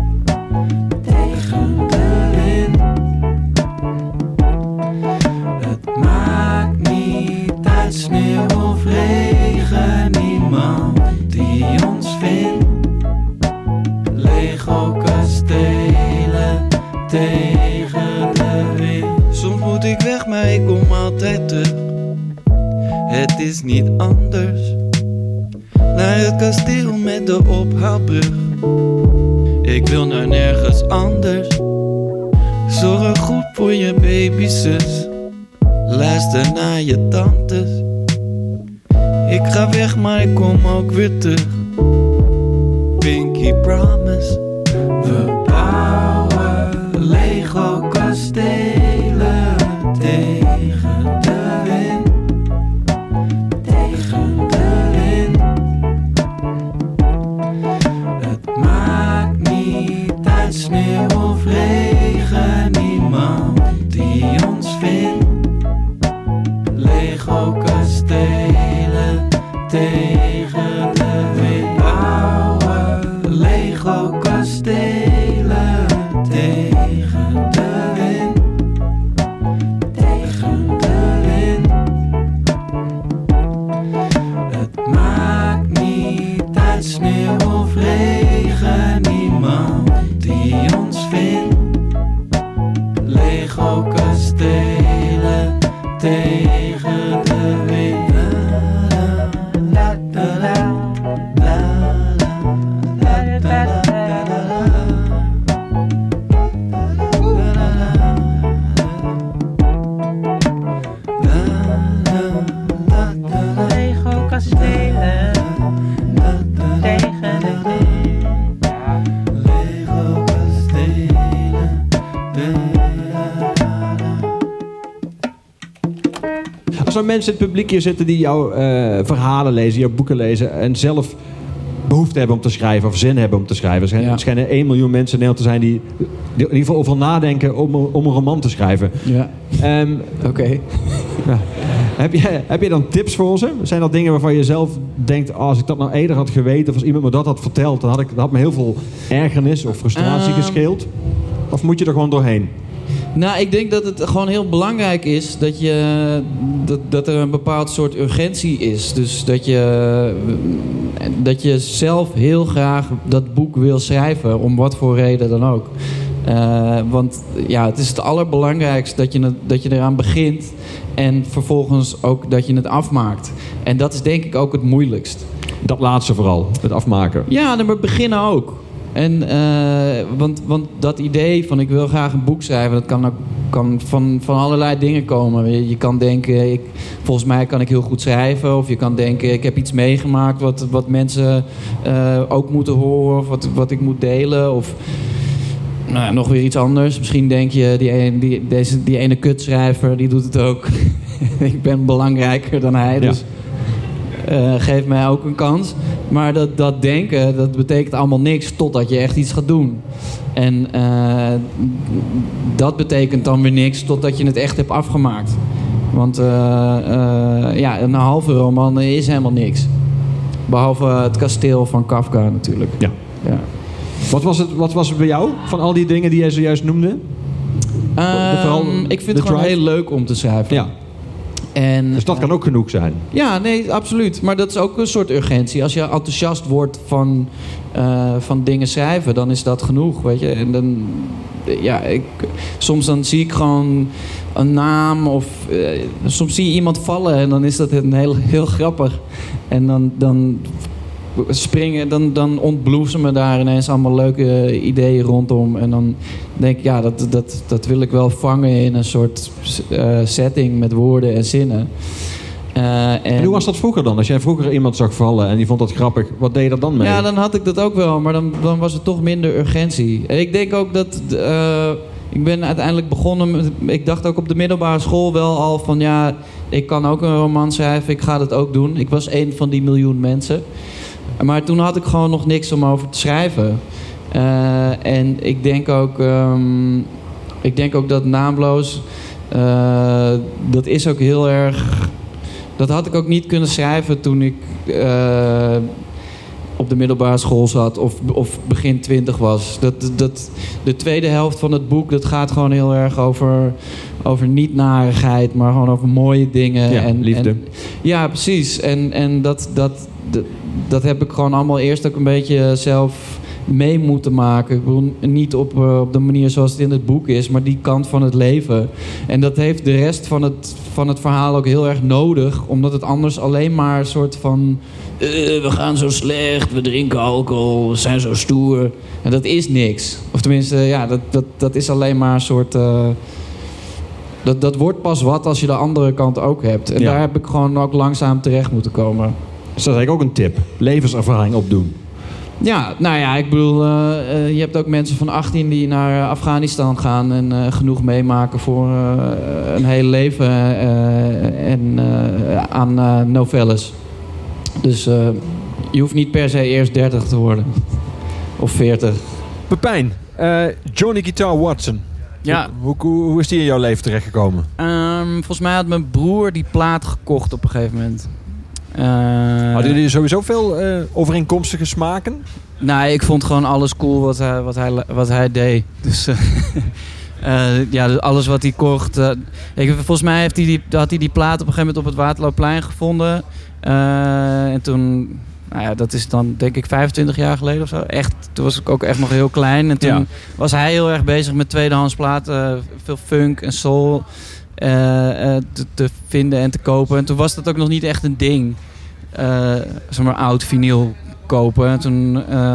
Tegen de wind. Het maakt niet uit sneeuw of regen, niemand die ons vindt. Lego kastelen tegen de wind. Soms moet ik weg, maar ik kom altijd terug. Het is niet anders. Naar het kasteel met de ophaalbrug. Ik wil naar nergens anders. Zorg goed voor je babyzus. Luister naar je tantes. Ik ga weg, maar ik kom ook weer terug. Pinky promise. We bouwen Lego kastelen tegen de wind. Tegen de wind. Het maakt niet uit sneeuw of regen, niemand die ons vindt. Lego kastelen tegen de wind. Bouwen Lego kastelen tegen de wind. Tegen de wind. Het maakt niet uit sneeuw of regen, niemand die ons vindt. Lego kastelen tegen de wind. Lego kastelen tegen de wind. Lego kastelen. Als er mensen in het publiek hier zitten die jouw verhalen lezen, jouw boeken lezen en zelf behoefte hebben om te schrijven of zin hebben om te schrijven. Er schijnen 1 miljoen mensen in Nederland te zijn die in ieder geval over nadenken om een roman te schrijven. Ja. Oké. Ja. Heb je dan tips voor ze? Zijn dat dingen waarvan je zelf denkt, als ik dat nou eerder had geweten of als iemand me dat had verteld, dan had me heel veel ergernis of frustratie gescheeld? Of moet je er gewoon doorheen? Nou, ik denk dat het gewoon heel belangrijk is dat er een bepaald soort urgentie is. Dus dat je zelf heel graag dat boek wil schrijven, om wat voor reden dan ook. Want ja, het is het allerbelangrijkste dat je eraan begint en vervolgens ook dat je het afmaakt. En dat is denk ik ook het moeilijkst. Dat laatste vooral, het afmaken. Ja, maar beginnen ook. En, want dat idee van ik wil graag een boek schrijven, dat kan van allerlei dingen komen. Je kan denken, volgens mij kan ik heel goed schrijven. Of je kan denken, ik heb iets meegemaakt wat mensen ook moeten horen. Of wat ik moet delen. Of nou, nog weer iets anders. Misschien denk je, die ene kutschrijver, die doet het ook. Ik ben belangrijker dan hij, dus... geef mij ook een kans. Maar dat denken, dat betekent allemaal niks totdat je echt iets gaat doen. En dat betekent dan weer niks totdat je het echt hebt afgemaakt. Want een halve roman is helemaal niks. Behalve het kasteel van Kafka natuurlijk. Ja. Wat was het bij jou van al die dingen die jij zojuist noemde? Ik vind het gewoon heel leuk om te schrijven. Ja. En, dus dat kan ook genoeg zijn? Ja, nee, absoluut. Maar dat is ook een soort urgentie. Als je enthousiast wordt van dingen schrijven, dan is dat genoeg, weet je. En dan, soms dan zie ik gewoon een naam of soms zie je iemand vallen en dan is dat heel grappig. En dan ontbloesemen daar ineens allemaal leuke ideeën rondom. En dan denk ik, ja, dat wil ik wel vangen in een soort setting met woorden en zinnen. En hoe was dat vroeger dan? Als jij vroeger iemand zag vallen en die vond dat grappig, wat deed je er dan mee? Ja, dan had ik dat ook wel, maar dan was het toch minder urgentie. En ik denk ook dat... ik ben uiteindelijk begonnen... Ik dacht ook op de middelbare school wel al van... Ja, ik kan ook een roman schrijven, ik ga dat ook doen. Ik was 1 van die miljoen mensen. Maar toen had ik gewoon nog niks om over te schrijven. En ik denk ook dat Naamloos Dat is ook heel erg... Dat had ik ook niet kunnen schrijven toen ik op de middelbare school zat of begin 20 was. De tweede helft van het boek, dat gaat gewoon heel erg over niet-narigheid, maar gewoon over mooie dingen. Ja, liefde. Ja, precies. En dat heb ik gewoon allemaal eerst ook een beetje zelf mee moeten maken. Ik bedoel, niet op de manier zoals het in het boek is, maar die kant van het leven. En dat heeft de rest van het verhaal ook heel erg nodig, omdat het anders alleen maar een soort van... we gaan zo slecht, we drinken alcohol, we zijn zo stoer. En dat is niks. Of tenminste, ja, dat is alleen maar een soort... Dat wordt pas wat als je de andere kant ook hebt. En daar heb ik gewoon ook langzaam terecht moeten komen. Dus dat is eigenlijk ook een tip. Levenservaring opdoen. Ja, nou ja, ik bedoel, je hebt ook mensen van 18 die naar Afghanistan gaan en genoeg meemaken voor een heel leven aan novelles. Dus je hoeft niet per se eerst 30 te worden. Of 40. Pepijn, Johnny Guitar Watson. Ja. Hoe is die in jouw leven terechtgekomen? Volgens mij had mijn broer die plaat gekocht op een gegeven moment. Hadden jullie sowieso veel overeenkomstige smaken? Nee, ik vond gewoon alles cool wat hij deed. Dus dus alles wat hij kocht. Volgens mij had hij die plaat op een gegeven moment op het Waterloopplein gevonden. En toen... Nou ja, dat is dan denk ik 25 jaar geleden of zo. Echt, toen was ik ook echt nog heel klein. En toen was hij heel erg bezig met tweedehands platen. Veel funk en soul te vinden en te kopen. En toen was dat ook nog niet echt een ding. Zeg maar oud vinyl kopen. En toen...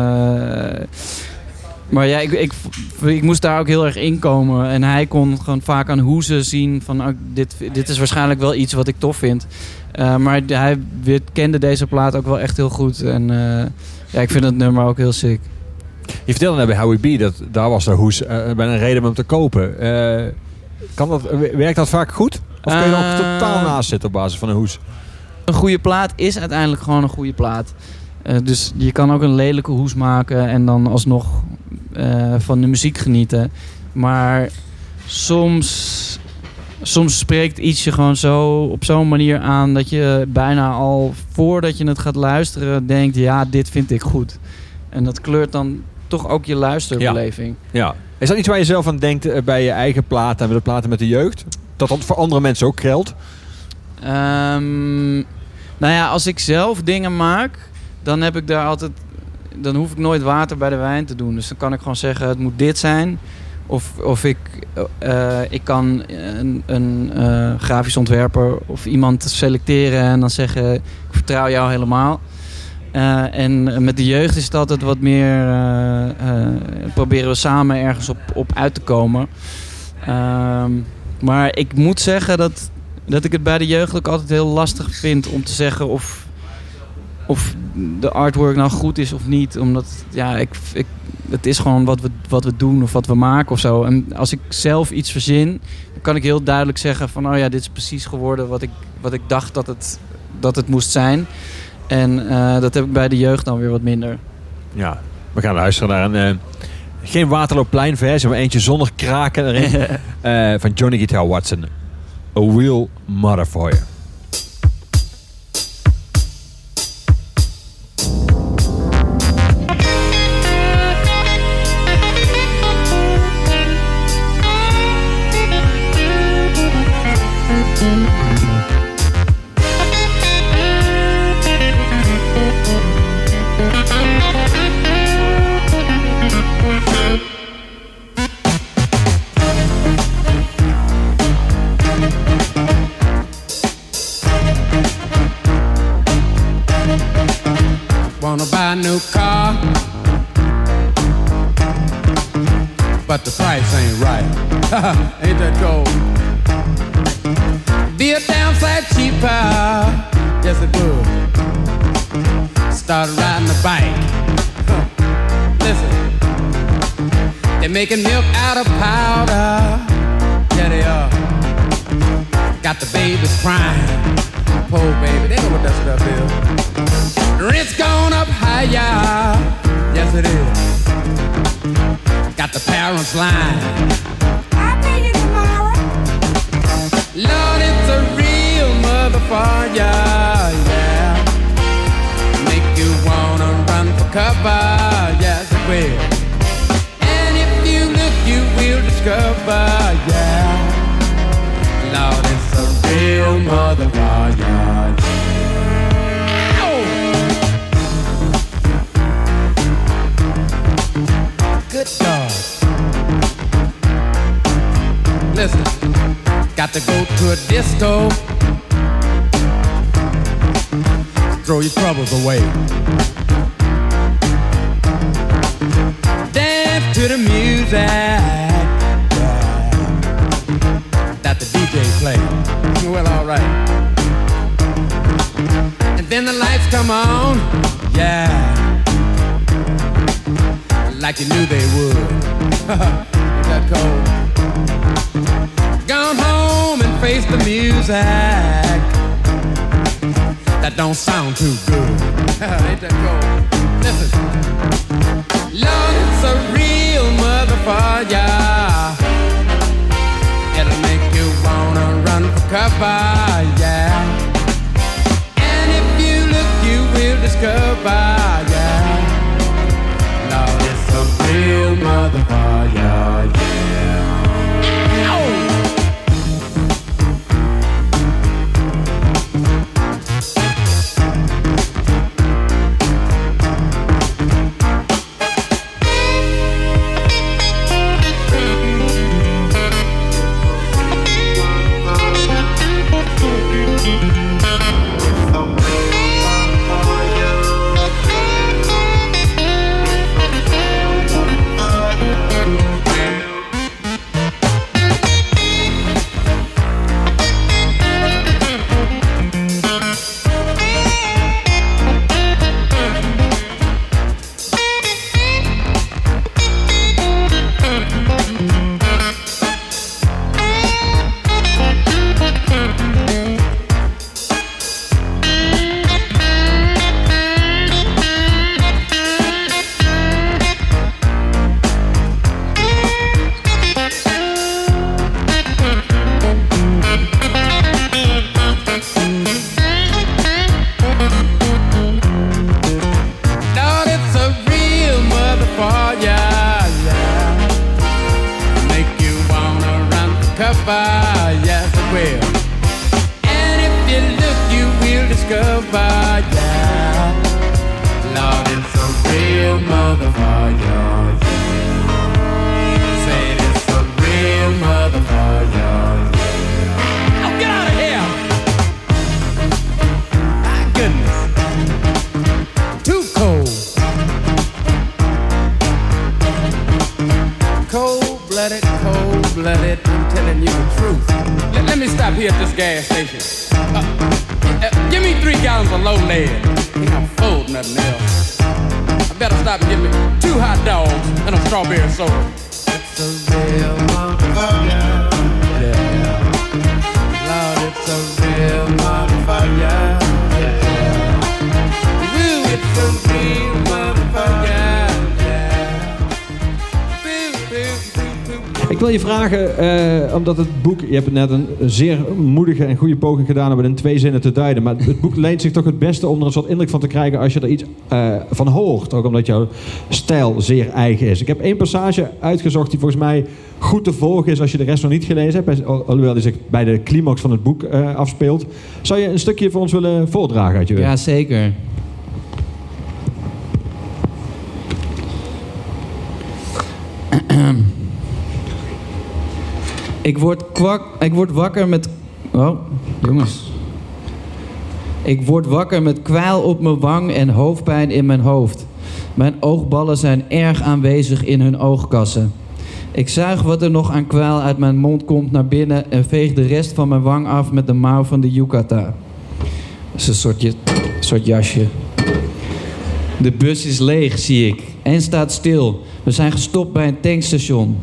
maar ja, ik moest daar ook heel erg in komen. En hij kon gewoon vaak aan hoezen zien van... dit is waarschijnlijk wel iets wat ik tof vind. Maar hij kende deze plaat ook wel echt heel goed. En ik vind het nummer ook heel sick. Je vertelde net bij Howie B dat daar was de hoes bijna een reden om hem te kopen. Werkt dat vaak goed? Of kun je er ook totaal naast zitten op basis van een hoes? Een goede plaat is uiteindelijk gewoon een goede plaat. Dus je kan ook een lelijke hoes maken en dan alsnog van de muziek genieten. Maar soms spreekt iets je gewoon zo op zo'n manier aan dat je bijna al voordat je het gaat luisteren denkt, ja, dit vind ik goed. En dat kleurt dan toch ook je luisterbeleving. Ja. Is dat iets waar je zelf aan denkt bij je eigen platen en bij de platen met de jeugd? Dat voor andere mensen ook geldt? Nou ja, als ik zelf dingen maak, dan heb ik daar altijd... Dan hoef ik nooit water bij de wijn te doen. Dus dan kan ik gewoon zeggen, het moet dit zijn. Of ik kan een grafisch ontwerper of iemand selecteren en dan zeggen, ik vertrouw jou helemaal. En met de jeugd is het altijd wat meer... proberen we samen ergens op uit te komen. Maar ik moet zeggen dat ik het bij de jeugd ook altijd heel lastig vind om te zeggen of de artwork nou goed is of niet. Omdat het is gewoon wat we doen of wat we maken of zo. En als ik zelf iets verzin, dan kan ik heel duidelijk zeggen van, oh ja, dit is precies geworden wat ik dacht dat het moest zijn. En dat heb ik bij de jeugd dan weer wat minder. Ja, we gaan luisteren naar een... geen Waterloopplein versie, maar eentje zonder kraken erin. Van Johnny Guitar Watson. A Real Mother for You. Wanna buy a new car, but the price ain't right. Ain't that cold? Be a damn sight cheaper, yes it would. Started riding a bike. Listen, they're making milk out of powder. Yeah they are. Got the babies crying. Poor baby, they know what that stuff is. Rent's gone up higher, yes it is. Got the parents lying. I'll pay you tomorrow. cover, yes it will. And if you look, you will discover, yeah. Lord, it's a real motherfucker. Good God. Listen, got to go to a disco. Throw your troubles away. Dance to the music, yeah, that the DJ play. Well, all right. And then the lights come on, yeah, like you knew they would. Ain't that cold? Gone home and face the music. That don't sound too good. Ain't that cold? Listen. Lord, it's a real motherfucker. It'll make you wanna run for cover, yeah. And if you look, you will discover, yeah. Lord, it's a real motherfucker, yeah. Oh! Cold-blooded, I'm telling you the truth. Let me stop here at this gas station. Give me 3 gallons of low lead. Ain't no food, nothing else. I better stop and get me 2 hot dogs and a strawberry soda. It's a real motherfucker. Yeah. Lord, it's a real motherfucker. Yeah. Woo, it's a real motherfucker. Ik wil je vragen, omdat het boek... Je hebt net een zeer moedige en goede poging gedaan om het in 2 zinnen te duiden. Maar het boek leent zich toch het beste om er een soort indruk van te krijgen als je er iets van hoort. Ook omdat jouw stijl zeer eigen is. Ik heb 1 passage uitgezocht die volgens mij goed te volgen is als je de rest nog niet gelezen hebt. Alhoewel die zich bij de climax van het boek afspeelt. Zou je een stukje voor ons willen voordragen uit je werk? Ja, zeker. Ik word wakker met... Oh, jongens. Ik word wakker met kwijl op mijn wang en hoofdpijn in mijn hoofd. Mijn oogballen zijn erg aanwezig in hun oogkassen. Ik zuig wat er nog aan kwijl uit mijn mond komt naar binnen en veeg de rest van mijn wang af met de mouw van de yukata. Dat is een soort jasje. De bus is leeg, zie ik. En staat stil. We zijn gestopt bij een tankstation.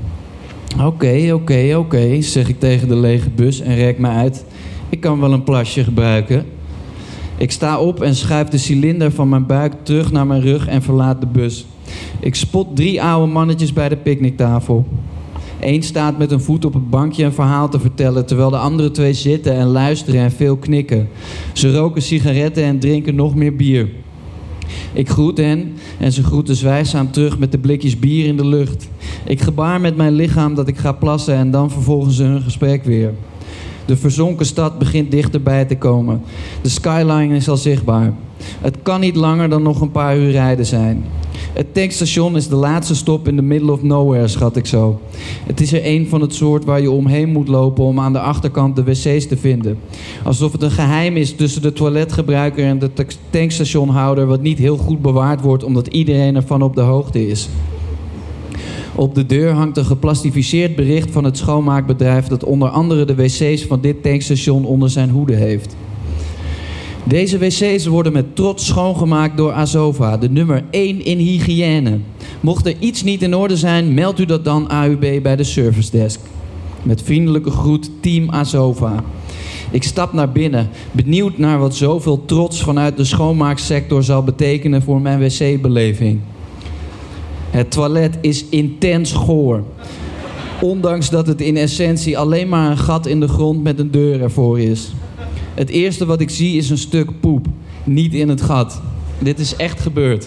Oké, zeg ik tegen de lege bus en rek me uit. Ik kan wel een plasje gebruiken. Ik sta op en schuif de cilinder van mijn buik terug naar mijn rug en verlaat de bus. Ik spot 3 oude mannetjes bij de picknicktafel. Eén staat met een voet op het bankje een verhaal te vertellen, terwijl de andere 2 zitten en luisteren en veel knikken. Ze roken sigaretten en drinken nog meer bier. Ik groet hen en ze groeten zwijgzaam terug met de blikjes bier in de lucht. Ik gebaar met mijn lichaam dat ik ga plassen en dan vervolgen ze hun gesprek weer. De verzonken stad begint dichterbij te komen. De skyline is al zichtbaar. Het kan niet langer dan nog een paar uur rijden zijn. Het tankstation is de laatste stop in the middle of nowhere, schat ik zo. Het is er een van het soort waar je omheen moet lopen om aan de achterkant de wc's te vinden. Alsof het een geheim is tussen de toiletgebruiker en de tankstationhouder, wat niet heel goed bewaard wordt omdat iedereen ervan op de hoogte is. Op de deur hangt een geplastificeerd bericht van het schoonmaakbedrijf dat onder andere de wc's van dit tankstation onder zijn hoede heeft. Deze wc's worden met trots schoongemaakt door Azova, de nummer 1 in hygiëne. Mocht er iets niet in orde zijn, meldt u dat dan AUB bij de service desk. Met vriendelijke groet, Team Azova. Ik stap naar binnen, benieuwd naar wat zoveel trots vanuit de schoonmaaksector zal betekenen voor mijn wc-beleving. Het toilet is intens goor. Ondanks dat het in essentie alleen maar een gat in de grond met een deur ervoor is. Het eerste wat ik zie is een stuk poep. Niet in het gat. Dit is echt gebeurd.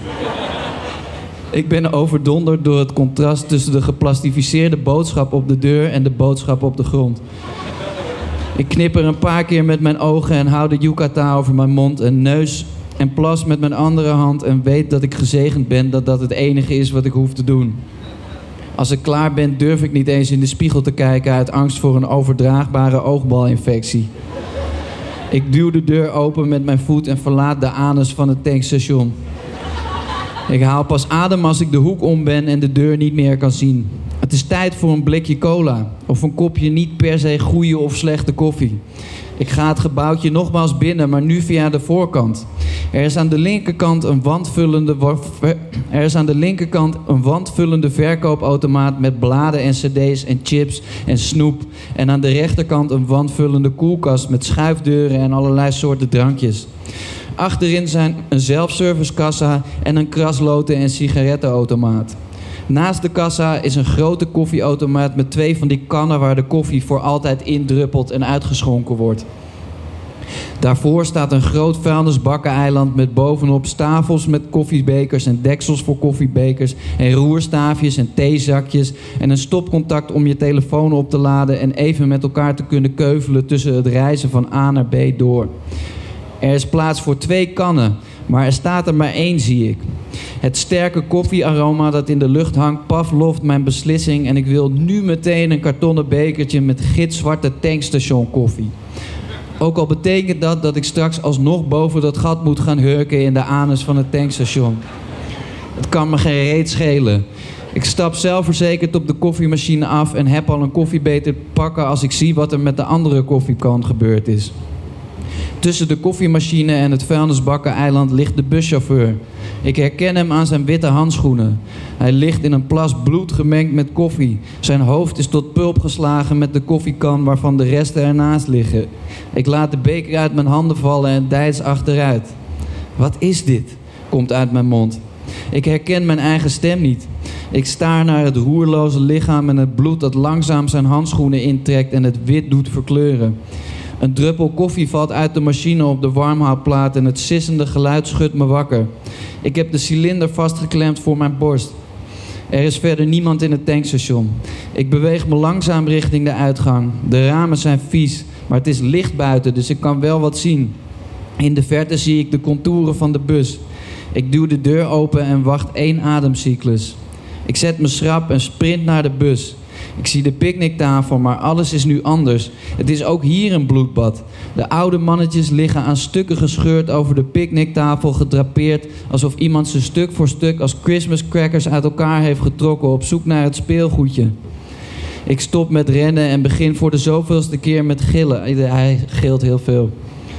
Ik ben overdonderd door het contrast tussen de geplastificeerde boodschap op de deur en de boodschap op de grond. Ik knipper een paar keer met mijn ogen en hou de yukata over mijn mond en neus en plas met mijn andere hand en weet dat ik gezegend ben dat dat het enige is wat ik hoef te doen. Als ik klaar ben durf ik niet eens in de spiegel te kijken uit angst voor een overdraagbare oogbalinfectie. Ik duw de deur open met mijn voet en verlaat de anus van het tankstation. Ik haal pas adem als ik de hoek om ben en de deur niet meer kan zien. Het is tijd voor een blikje cola of een kopje niet per se goede of slechte koffie. Ik ga het gebouwtje nogmaals binnen, maar nu via de voorkant. Er is aan de linkerkant een wandvullende verkoopautomaat met bladen en cd's en chips en snoep. En aan de rechterkant een wandvullende koelkast met schuifdeuren en allerlei soorten drankjes. Achterin zijn een zelfservicekassa en een krasloten- en sigarettenautomaat. Naast de kassa is een grote koffieautomaat met 2 van die kannen waar de koffie voor altijd indruppelt en uitgeschonken wordt. Daarvoor staat een groot vuilnisbakkeneiland met bovenop stafels met koffiebekers en deksels voor koffiebekers en roerstaafjes en theezakjes en een stopcontact om je telefoon op te laden en even met elkaar te kunnen keuvelen tussen het reizen van A naar B door. Er is plaats voor 2 kannen, maar er staat er maar 1, zie ik. Het sterke koffiearoma dat in de lucht hangt pavloft mijn beslissing en ik wil nu meteen een kartonnen bekertje met gitzwarte tankstation koffie. Ook al betekent dat ik straks alsnog boven dat gat moet gaan hurken in de anus van het tankstation. Het kan me geen reet schelen. Ik stap zelfverzekerd op de koffiemachine af en heb al een koffiebeter pakken als ik zie wat er met de andere koffiekan gebeurd is. Tussen de koffiemachine en het vuilnisbakkeneiland ligt de buschauffeur. Ik herken hem aan zijn witte handschoenen. Hij ligt in een plas bloed gemengd met koffie. Zijn hoofd is tot pulp geslagen met de koffiekan waarvan de resten ernaast liggen. Ik laat de beker uit mijn handen vallen en deins achteruit. Wat is dit? Komt uit mijn mond. Ik herken mijn eigen stem niet. Ik staar naar het roerloze lichaam en het bloed dat langzaam zijn handschoenen intrekt en het wit doet verkleuren. Een druppel koffie valt uit de machine op de warmhoutplaat en het sissende geluid schudt me wakker. Ik heb de cilinder vastgeklemd voor mijn borst. Er is verder niemand in het tankstation. Ik beweeg me langzaam richting de uitgang. De ramen zijn vies, maar het is licht buiten, dus ik kan wel wat zien. In de verte zie ik de contouren van de bus. Ik duw de deur open en wacht 1 ademcyclus. Ik zet me schrap en sprint naar de bus. Ik zie de picknicktafel, maar alles is nu anders. Het is ook hier een bloedbad. De oude mannetjes liggen aan stukken gescheurd over de picknicktafel gedrapeerd, alsof iemand ze stuk voor stuk als Christmas crackers uit elkaar heeft getrokken op zoek naar het speelgoedje. Ik stop met rennen en begin voor de zoveelste keer met gillen. Hij gilt heel veel.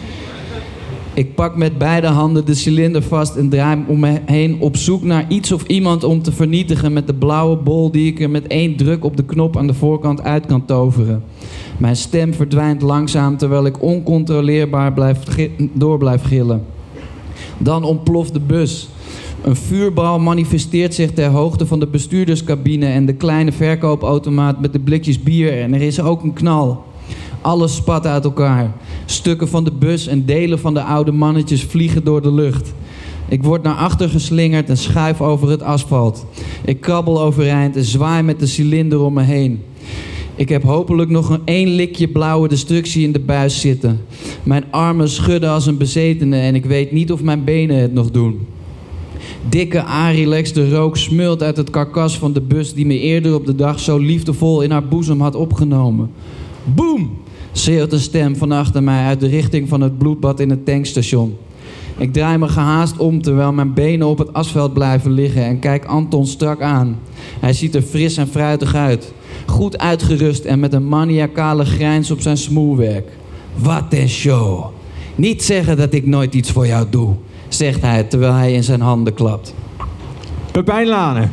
Ik pak met beide handen de cilinder vast en draai hem om me heen op zoek naar iets of iemand om te vernietigen met de blauwe bol die ik er met 1 druk op de knop aan de voorkant uit kan toveren. Mijn stem verdwijnt langzaam terwijl ik oncontroleerbaar door blijf gillen. Dan ontploft de bus. Een vuurbal manifesteert zich ter hoogte van de bestuurderscabine en de kleine verkoopautomaat met de blikjes bier en er is ook een knal. Alles spat uit elkaar. Stukken van de bus en delen van de oude mannetjes vliegen door de lucht. Ik word naar achter geslingerd en schuif over het asfalt. Ik krabbel overeind en zwaai met de cilinder om me heen. Ik heb hopelijk nog één likje blauwe destructie in de buis zitten. Mijn armen schudden als een bezetene en ik weet niet of mijn benen het nog doen. Dikke Arilex-de rook smult uit het karkas van de bus die me eerder op de dag zo liefdevol in haar boezem had opgenomen. Boem! Schreeuwt een stem van achter mij uit de richting van het bloedbad in het tankstation. Ik draai me gehaast om terwijl mijn benen op het asfalt blijven liggen en kijk Anton strak aan. Hij ziet er fris en fruitig uit. Goed uitgerust en met een maniacale grijns op zijn smoelwerk. Wat een show. Niet zeggen dat ik nooit iets voor jou doe, zegt hij terwijl hij in zijn handen klapt. Pepijn Lane.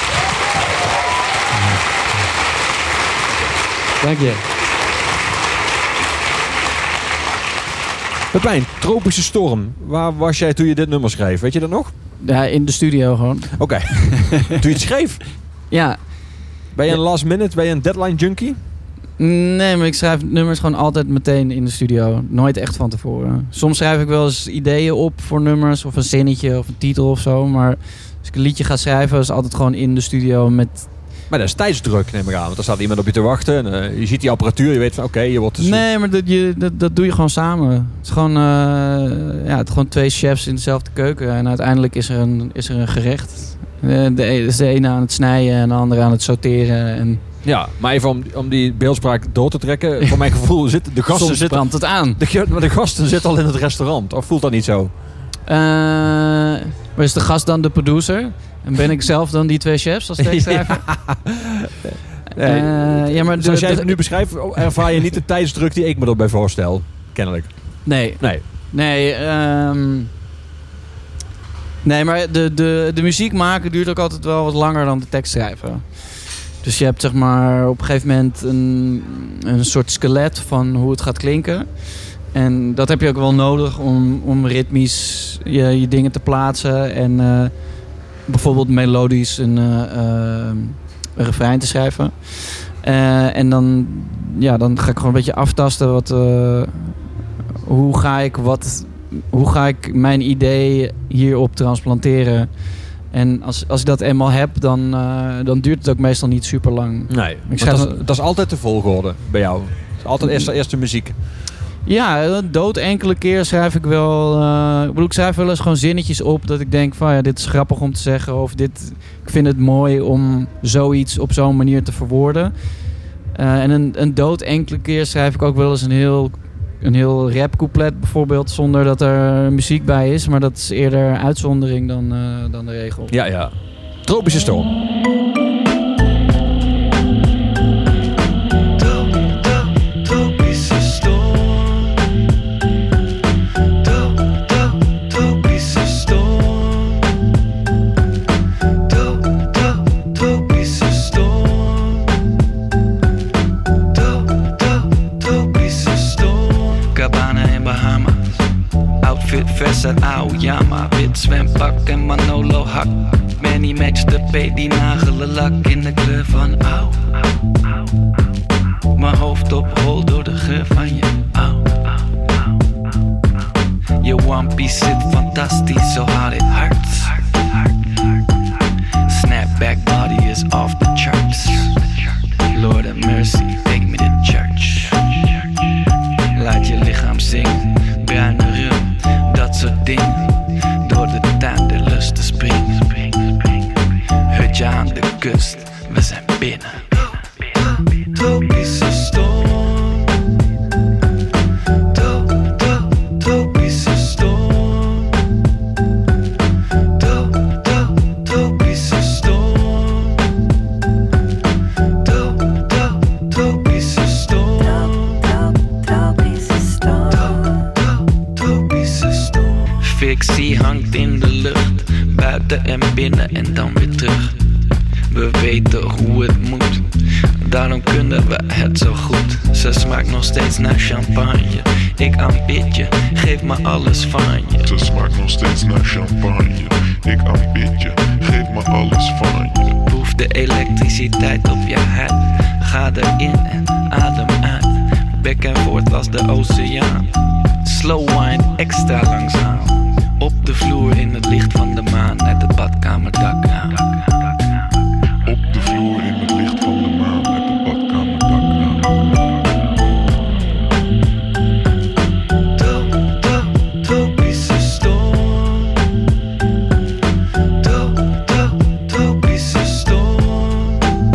Dank je. Pepijn, Tropische Storm. Waar was jij toen je dit nummer schreef? Weet je dat nog? Ja, in de studio gewoon. Oké. Toen je het schreef? Ja. Ben je een last minute? Ben je een deadline junkie? Nee, maar ik schrijf nummers gewoon altijd meteen in de studio. Nooit echt van tevoren. Soms schrijf ik wel eens ideeën op voor nummers. Of een zinnetje of een titel of zo. Maar als ik een liedje ga schrijven, is het altijd gewoon in de studio met... Maar dat is tijdsdruk, neem ik aan. Want er staat iemand op je te wachten. En, je ziet die apparatuur, je weet van oké, je wordt... Dus... Nee, maar dat doe je gewoon samen. Het is gewoon, het gewoon 2 chefs in dezelfde keuken. En uiteindelijk is er een gerecht. Is de ene aan het snijden en de andere aan het sauteren. En... Ja, maar even om die beeldspraak door te trekken. Voor mijn gevoel zitten de gasten... Soms brandt het aan. De gasten zitten al in het restaurant. Of voelt dat niet zo? Maar is de gast dan de producer? En ben ik zelf dan die 2 chefs als tekstschrijver? Nee. Maar zoals jij het nu beschrijft, ervaar je niet de tijdsdruk die ik me erbij voorstel. Kennelijk. Nee, maar de muziek maken duurt ook altijd wel wat langer dan de tekst schrijven. Dus je hebt zeg maar op een gegeven moment een soort skelet van hoe het gaat klinken. En dat heb je ook wel nodig om ritmisch je dingen te plaatsen. En bijvoorbeeld melodisch een refrein te schrijven. En dan ga ik gewoon een beetje aftasten. Hoe ga ik mijn idee hierop transplanteren? En als ik dat eenmaal heb, dan duurt het ook meestal niet super lang. Nee, dat is altijd de volgorde bij jou. Het is altijd eerst de muziek. Ja, dood enkele keer schrijf ik wel... ik schrijf wel eens gewoon zinnetjes op dat ik denk van... ja, dit is grappig om te zeggen. Of ik vind het mooi om zoiets op zo'n manier te verwoorden. En een dood enkele keer schrijf ik ook wel eens een heel rapcouplet bijvoorbeeld... zonder dat er muziek bij is. Maar dat is eerder uitzondering dan de regel. Ja. Tropische Storm. Vers uit Aoyama, wit zwempak en Manolo hak. Manny match de P, die nagellak in de kleur van auw. Mijn hoofd op hol door de geur van je auw. Je one piece zit fantastisch, zo hard it hurts. Snapback body is off the charts. Lord of mercy, take me to church. Laat je lichaam zingen, bruine rum, dat soort dingen. Door de tuin de lust te springen. Hutje aan de kust, we zijn binnen. Tropische storm. Tropische storm. Tropische storm. Tropische storm. Tropische storm. Fictie hangt in de lucht, buiten en binnen en dan weer terug. We weten hoe het moet, daarom kunnen we het zo goed. Ze smaakt nog steeds naar champagne. Ik aanbid je, geef me alles van je. Ze smaakt nog steeds naar champagne. Ik aanbid je, geef me alles van je. Proef de elektriciteit op je huid. Ga erin en adem uit. Back en forth als de oceaan. Slow wine extra langzaam. Op de vloer in het licht van de maan, uit het badkamerdak aan. Op de vloer in het licht van de maan met het badkamerdak aan. Tropische storm. Tropische storm.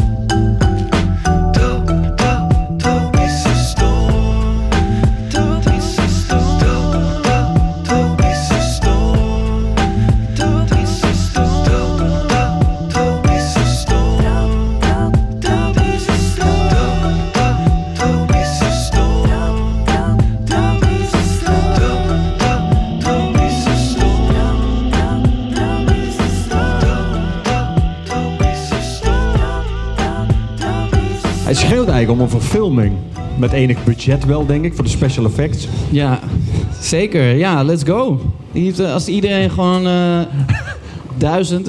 Tropische storm. Tropische storm. Tropische storm. Tropische storm. Tropische storm. Tropische storm. Tropische storm. Tropische Hij schreeuwt eigenlijk om een verfilming. Met enig budget wel, denk ik, voor de special effects. Ja, zeker. Ja, let's go. Als iedereen gewoon 1000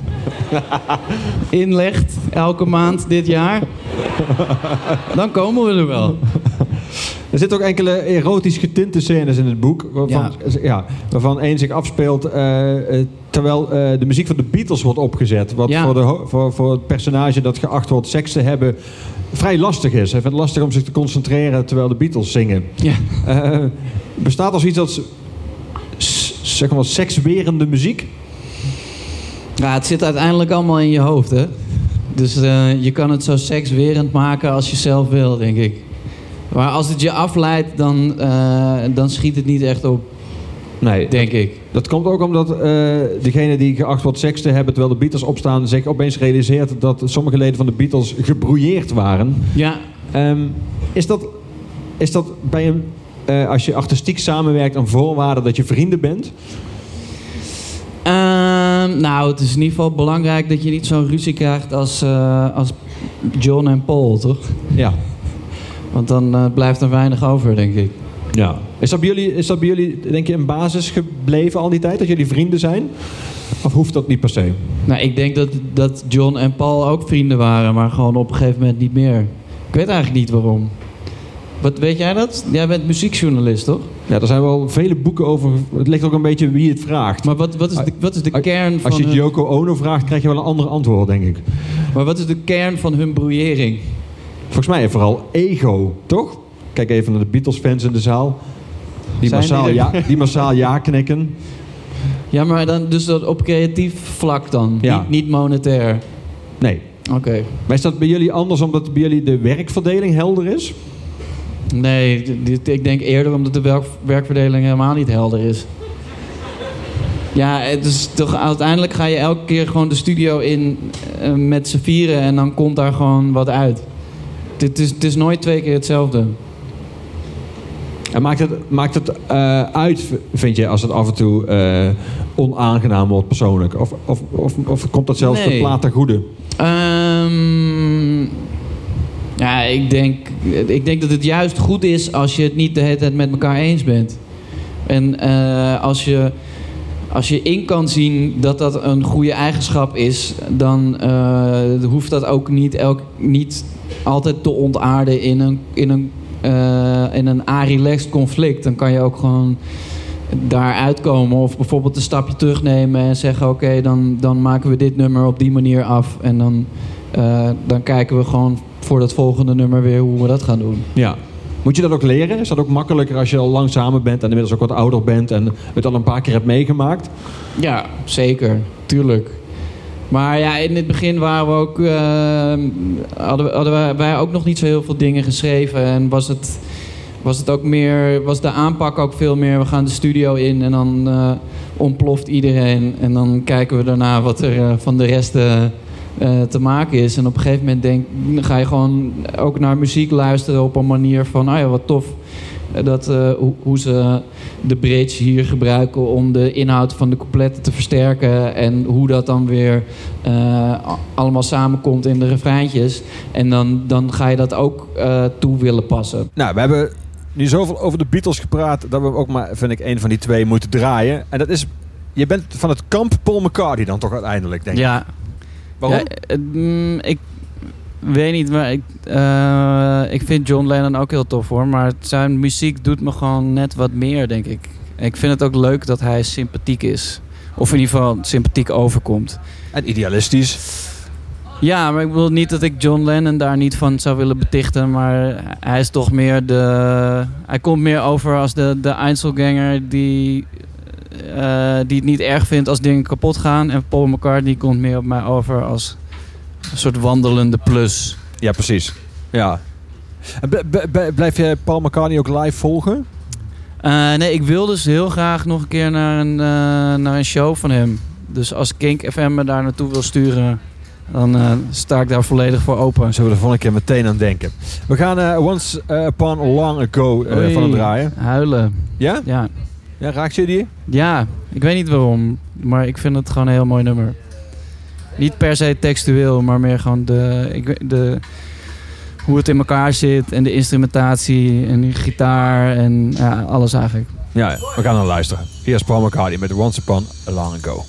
inlegt elke maand dit jaar, dan komen we er wel. Er zitten ook enkele erotisch getinte scènes in het boek. Waarvan één zich afspeelt terwijl de muziek van de Beatles wordt opgezet. Wat voor het personage dat geacht wordt seks te hebben vrij lastig is. Hij vindt het lastig om zich te concentreren terwijl de Beatles zingen. Ja. Bestaat als iets als zeg maar sekswerende muziek? Ja, het zit uiteindelijk allemaal in je hoofd, hè. Dus je kan het zo sekswerend maken als je zelf wil, denk ik. Maar als het je afleidt, dan schiet het niet echt op. Nee, denk ik. Dat komt ook omdat degene die geacht wordt seks te hebben terwijl de Beatles opstaan, zich opeens realiseert dat sommige leden van de Beatles gebrouilleerd waren. Ja. Is dat bij een, als je artistiek samenwerkt, een voorwaarde dat je vrienden bent? Nou, het is in ieder geval belangrijk dat je niet zo'n ruzie krijgt als John en Paul, toch? Ja. Want dan blijft er weinig over, denk ik. Ja. Is dat bij jullie, denk je, een basis gebleven al die tijd? Dat jullie vrienden zijn? Of hoeft dat niet per se? Nou, ik denk dat John en Paul ook vrienden waren, maar gewoon op een gegeven moment niet meer. Ik weet eigenlijk niet waarom. Wat weet jij dat? Jij bent muziekjournalist, toch? Ja, er zijn wel vele boeken over. Het ligt ook een beetje wie het vraagt. Maar wat is de kern van... Als je Yoko Ono vraagt, krijg je wel een ander antwoord, denk ik. Maar wat is de kern van hun brouillering? Volgens mij vooral ego, toch? Kijk even naar de Beatles-fans in de zaal. Die massaal ja knikken. Ja, maar dan dus dat op creatief vlak dan? Ja. Niet monetair? Nee. Oké. Maar is dat bij jullie anders omdat bij jullie de werkverdeling helder is? Nee, ik denk eerder omdat de werkverdeling helemaal niet helder is. Ja, het is toch uiteindelijk ga je elke keer gewoon de studio in met z'n vieren en dan komt daar gewoon wat uit. Het is nooit 2 keer hetzelfde. En maakt het uit, vind je, als het af en toe onaangenaam wordt persoonlijk? Of komt dat zelfs te plaat ten goede? Ja, ik denk dat het juist goed is als je het niet de hele tijd met elkaar eens bent. En als je in kan zien dat dat een goede eigenschap is, dan hoeft dat ook niet altijd te ontaarden in een relaxed conflict. Dan kan je ook gewoon daar uitkomen. Of bijvoorbeeld een stapje terugnemen en zeggen... oké, dan maken we dit nummer op die manier af. En dan kijken we gewoon voor dat volgende nummer weer hoe we dat gaan doen. Ja. Moet je dat ook leren? Is dat ook makkelijker als je al lang samen bent... en inmiddels ook wat ouder bent en het al een paar keer hebt meegemaakt? Ja, zeker. Tuurlijk. Maar ja, in het begin waren we ook, hadden wij ook nog niet zo heel veel dingen geschreven. En was de aanpak ook veel meer... we gaan de studio in en dan ontploft iedereen. En dan kijken we daarna wat er van de rest te maken is. En op een gegeven moment ga je gewoon ook naar muziek luisteren... op een manier van, ja, wat tof... hoe ze de bridge hier gebruiken om de inhoud van de coupletten te versterken. En hoe dat dan weer allemaal samenkomt in de refreintjes. En dan ga je dat ook toe willen passen. Nou, we hebben nu zoveel over de Beatles gepraat... dat we ook maar, vind ik, een van die twee moeten draaien. En dat is... Je bent van het kamp Paul McCartney dan toch uiteindelijk, denk ik? Ja. Waarom? Ja, ik weet niet, maar ik vind John Lennon ook heel tof, hoor. Maar zijn muziek doet me gewoon net wat meer, denk ik. Ik vind het ook leuk dat hij sympathiek is. Of in ieder geval sympathiek overkomt. En idealistisch. Ja, maar ik bedoel niet dat ik John Lennon daar niet van zou willen betichten. Maar hij is toch meer hij komt meer over als de Einzelganger die het niet erg vindt als dingen kapot gaan. En Paul McCartney komt meer op mij over als een soort wandelende plus. Ja, precies. Ja. Blijf je Paul McCartney ook live volgen? Nee, ik wil dus heel graag nog een keer naar een show van hem. Dus als Kink FM me daar naartoe wil sturen, dan sta ik daar volledig voor open. Zullen we er volgende keer meteen aan denken. We gaan Once Upon a Long Ago van het draaien. Huilen. Ja? Ja. Ja, raakt je die? Ja, ik weet niet waarom. Maar ik vind het gewoon een heel mooi nummer. Niet per se textueel, maar meer gewoon hoe het in elkaar zit. En de instrumentatie en die gitaar en ja, alles eigenlijk. Ja, we gaan dan luisteren. Eerst Paul McCartney met Once Upon a Long Ago.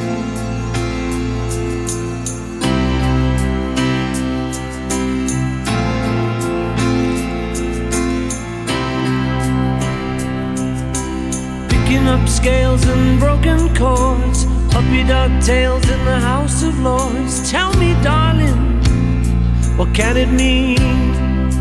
Up scales and broken chords, puppy dog tails in the House of Lords. Tell me, darling, what can it mean?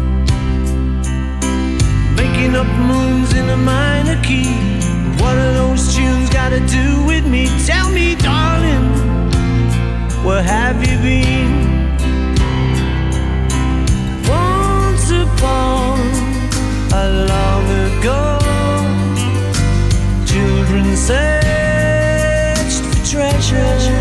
Making up moons in a minor key. What are those tunes got to do with me? Tell me, darling, where have you been? Once upon a long ago, children searched for treasure.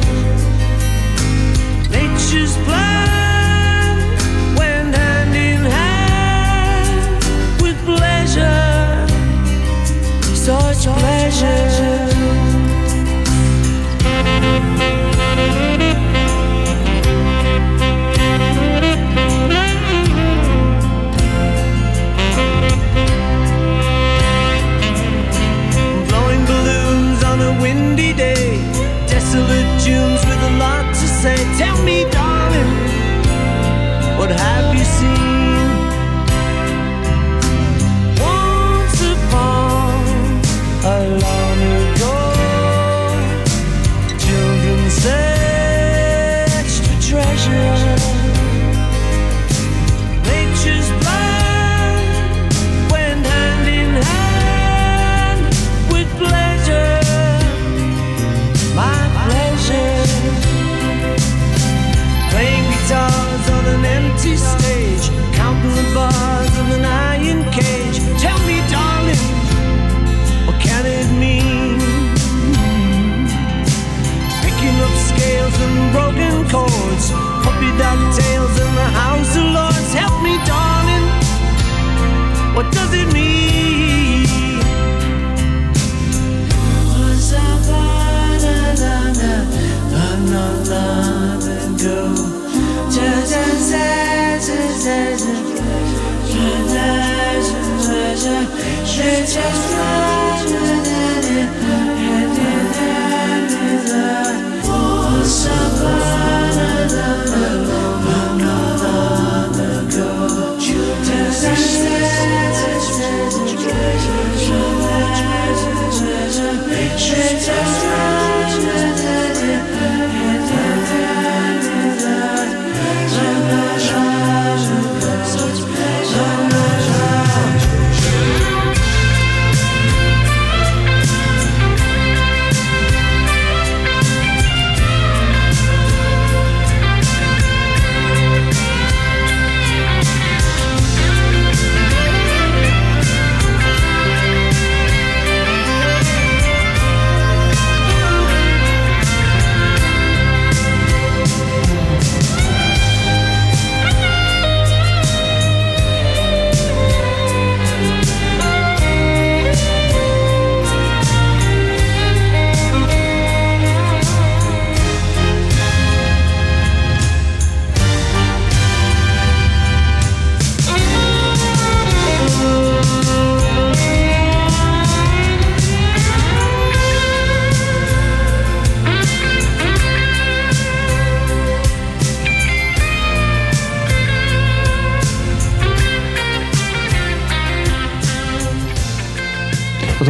Nature's plan went hand in hand with pleasure, such pleasure. Windy day, desolate dunes with a lot to say. Tell me, darling, what have you seen? Once upon a long ago, children searched for treasure. Nature's plan went hand in hand with pleasure. My pleasure. Playing guitars on an empty stage, counting the bars of an iron cage. Tell me, darling, what can it mean? Picking up scales and broken chords, puppy dog tails in the House of Lords. Help me, darling, what does it mean? What's up?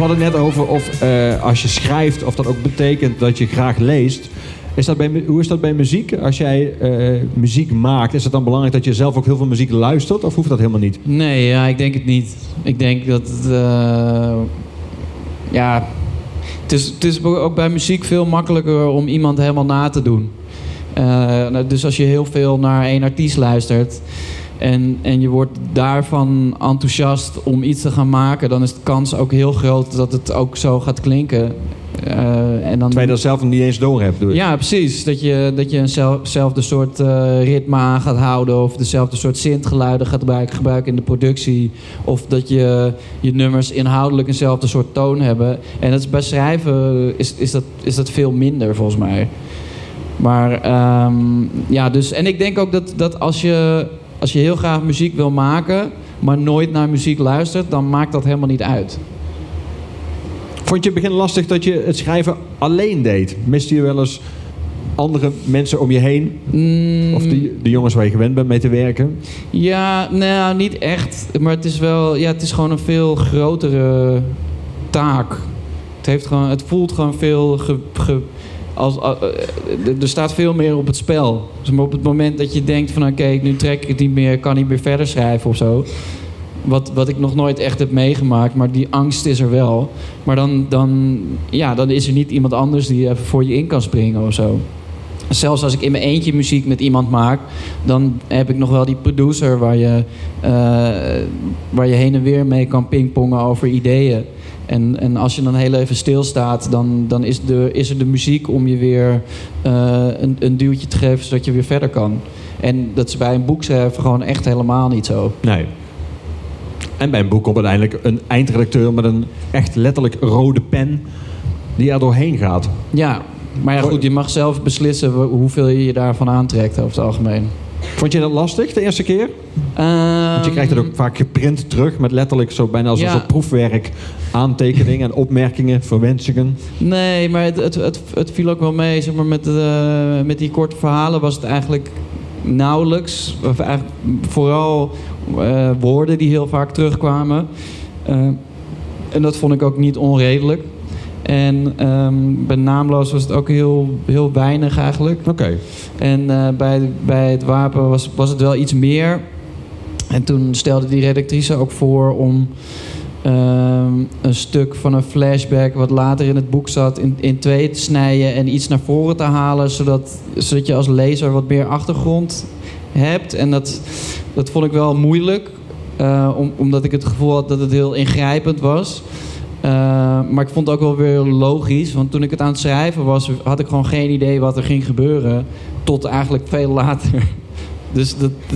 we hadden het net over of als je schrijft, of dat ook betekent dat je graag leest. Hoe is dat bij muziek? Als jij muziek maakt, is het dan belangrijk dat je zelf ook heel veel muziek luistert? Of hoeft dat helemaal niet? Nee, ja, ik denk het niet. Ik denk dat het... Het is ook bij muziek veel makkelijker om iemand helemaal na te doen. Dus als je heel veel naar één artiest luistert en je wordt daarvan enthousiast om iets te gaan maken, dan is de kans ook heel groot dat het ook zo gaat klinken. Terwijl je dat zelf nog niet eens door hebt. Ja, precies. Dat je eenzelfde soort ritme aan gaat houden, of dezelfde soort synthgeluiden gaat gebruiken in de productie, of dat je nummers inhoudelijk eenzelfde soort toon hebben. En dat is bij schrijven is dat veel minder volgens mij. Maar dus, en ik denk ook dat als je heel graag muziek wil maken, maar nooit naar muziek luistert, dan maakt dat helemaal niet uit. Vond je in het begin lastig dat je het schrijven alleen deed? Miste je wel eens andere mensen om je heen? Of de jongens waar je gewend bent mee te werken? Ja, nou, niet echt. Maar het is wel, het is gewoon een veel grotere taak. Het voelt gewoon veel... er staat veel meer op het spel. Dus maar op het moment dat je denkt van oké, nu trek ik het niet meer, kan niet meer verder schrijven of zo. Wat ik nog nooit echt heb meegemaakt, maar die angst is er wel. Maar dan is er niet iemand anders die even voor je in kan springen of zo. Zelfs als ik in mijn eentje muziek met iemand maak, dan heb ik nog wel die producer waar je heen en weer mee kan pingpongen over ideeën. En als je dan heel even stilstaat, dan is er de muziek om je weer een duwtje te geven, zodat je weer verder kan. En dat is bij een boek schrijven gewoon echt helemaal niet zo. Nee. En bij een boek komt uiteindelijk een eindredacteur met een echt letterlijk rode pen die er doorheen gaat. Ja, maar ja goed, je mag zelf beslissen hoeveel je daarvan aantrekt over het algemeen. Vond je dat lastig de eerste keer? Want je krijgt het ook vaak geprint terug met letterlijk zo bijna als een soort proefwerk, aantekeningen en opmerkingen, verwensingen. Nee, maar het viel ook wel mee. Zeg maar, met die korte verhalen was het eigenlijk nauwelijks. Of eigenlijk vooral woorden die heel vaak terugkwamen. En dat vond ik ook niet onredelijk. En bij Naamloos was het ook heel, heel weinig eigenlijk. Oké. En bij het wapen was het wel iets meer. En toen stelde die redactrice ook voor om een stuk van een flashback wat later in het boek zat in twee te snijden en iets naar voren te halen, zodat je als lezer wat meer achtergrond hebt. En dat vond ik wel moeilijk, omdat ik het gevoel had dat het heel ingrijpend was. Maar ik vond het ook wel weer logisch, want toen ik het aan het schrijven was, had ik gewoon geen idee wat er ging gebeuren, tot eigenlijk veel later. Dus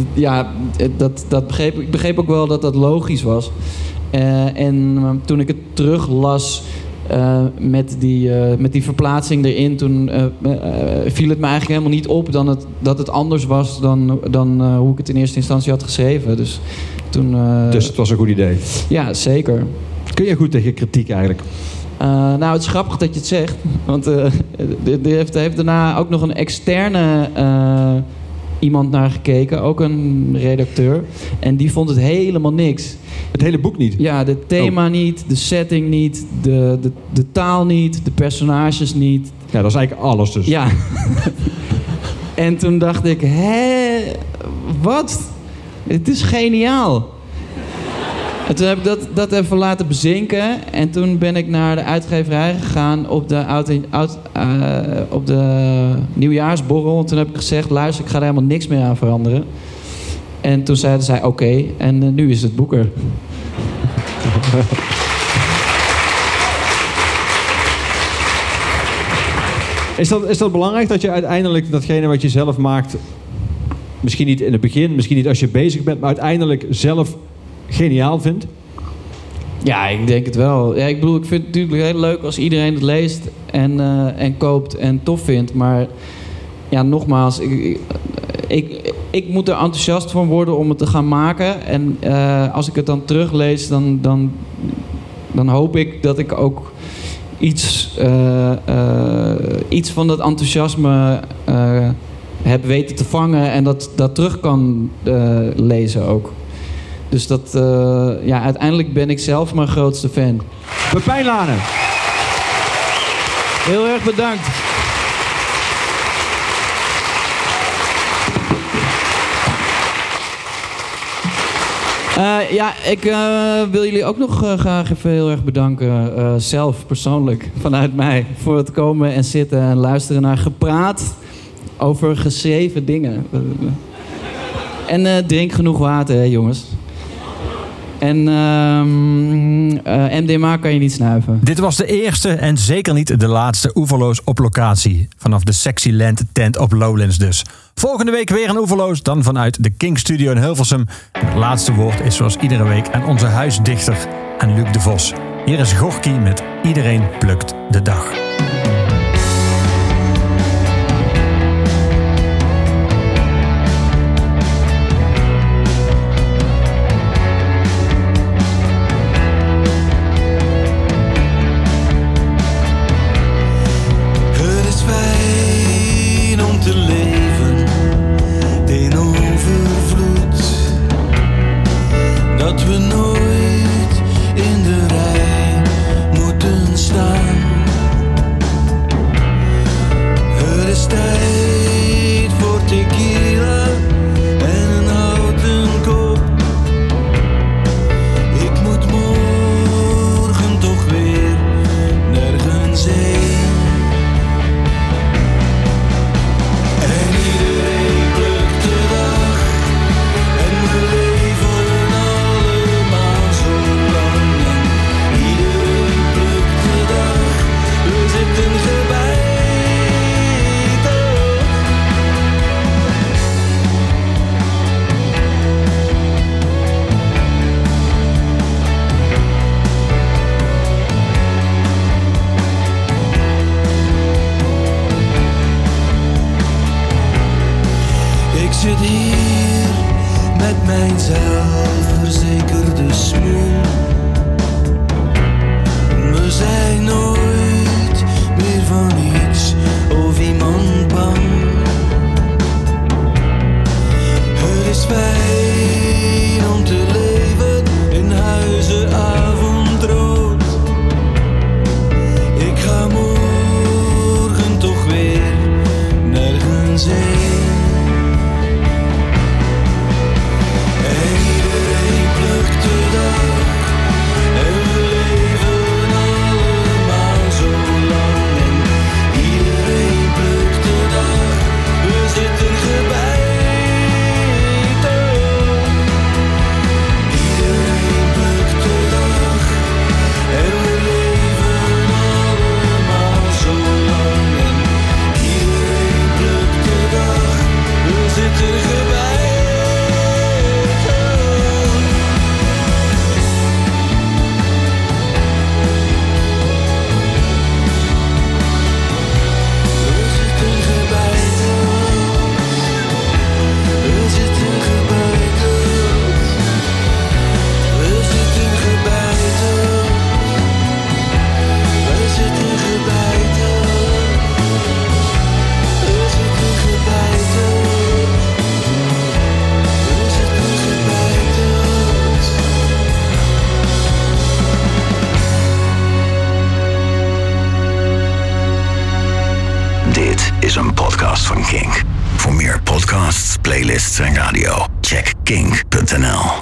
ik begreep ook wel dat dat logisch was. En toen ik het terug las met die verplaatsing erin, toen viel het me eigenlijk helemaal niet op dat het anders was dan hoe ik het in eerste instantie had geschreven. Dus het was een goed idee? Ja, zeker. Kun je goed tegen kritiek eigenlijk? Nou, het is grappig dat je het zegt. Want er heeft daarna ook nog een externe iemand naar gekeken. Ook een redacteur. En die vond het helemaal niks. Het hele boek niet? Ja, het thema niet, de setting niet, de taal niet, de personages niet. Ja, dat is eigenlijk alles dus. Ja. En toen dacht ik, wat? Het is geniaal. En toen heb ik dat even laten bezinken. En toen ben ik naar de uitgeverij gegaan op de nieuwjaarsborrel. En toen heb ik gezegd, luister, ik ga er helemaal niks meer aan veranderen. En toen zeiden zij, oké. En nu is het boek er. Is dat belangrijk dat je uiteindelijk datgene wat je zelf maakt, misschien niet in het begin, misschien niet als je bezig bent, maar uiteindelijk zelf geniaal vindt? Ja, ik denk het wel. Ja, ik bedoel, ik vind het natuurlijk heel leuk als iedereen het leest en koopt en tof vindt. Maar ja, nogmaals, ik moet er enthousiast van worden om het te gaan maken. En als ik het dan teruglees, dan hoop ik dat ik ook iets van dat enthousiasme heb weten te vangen en dat terug kan lezen ook. Dus dat, uiteindelijk ben ik zelf mijn grootste fan. Pepijn Lanen. Heel erg bedankt. Ik wil jullie ook nog graag even heel erg bedanken. Zelf, persoonlijk, vanuit mij. Voor het komen en zitten en luisteren naar gepraat over geschreven dingen. En drink genoeg water, hè, jongens. En MDMA kan je niet snuiven. Dit was de eerste en zeker niet de laatste Oeverloos op locatie. Vanaf de Sexyland tent op Lowlands dus. Volgende week weer een Oeverloos, dan vanuit de Kink Studio in Hilversum. En het laatste woord is zoals iedere week aan onze huisdichter, aan Luc de Vos. Hier is Gorky met Iedereen plukt de dag. Voor meer podcasts, playlists en radio, check kink.nl.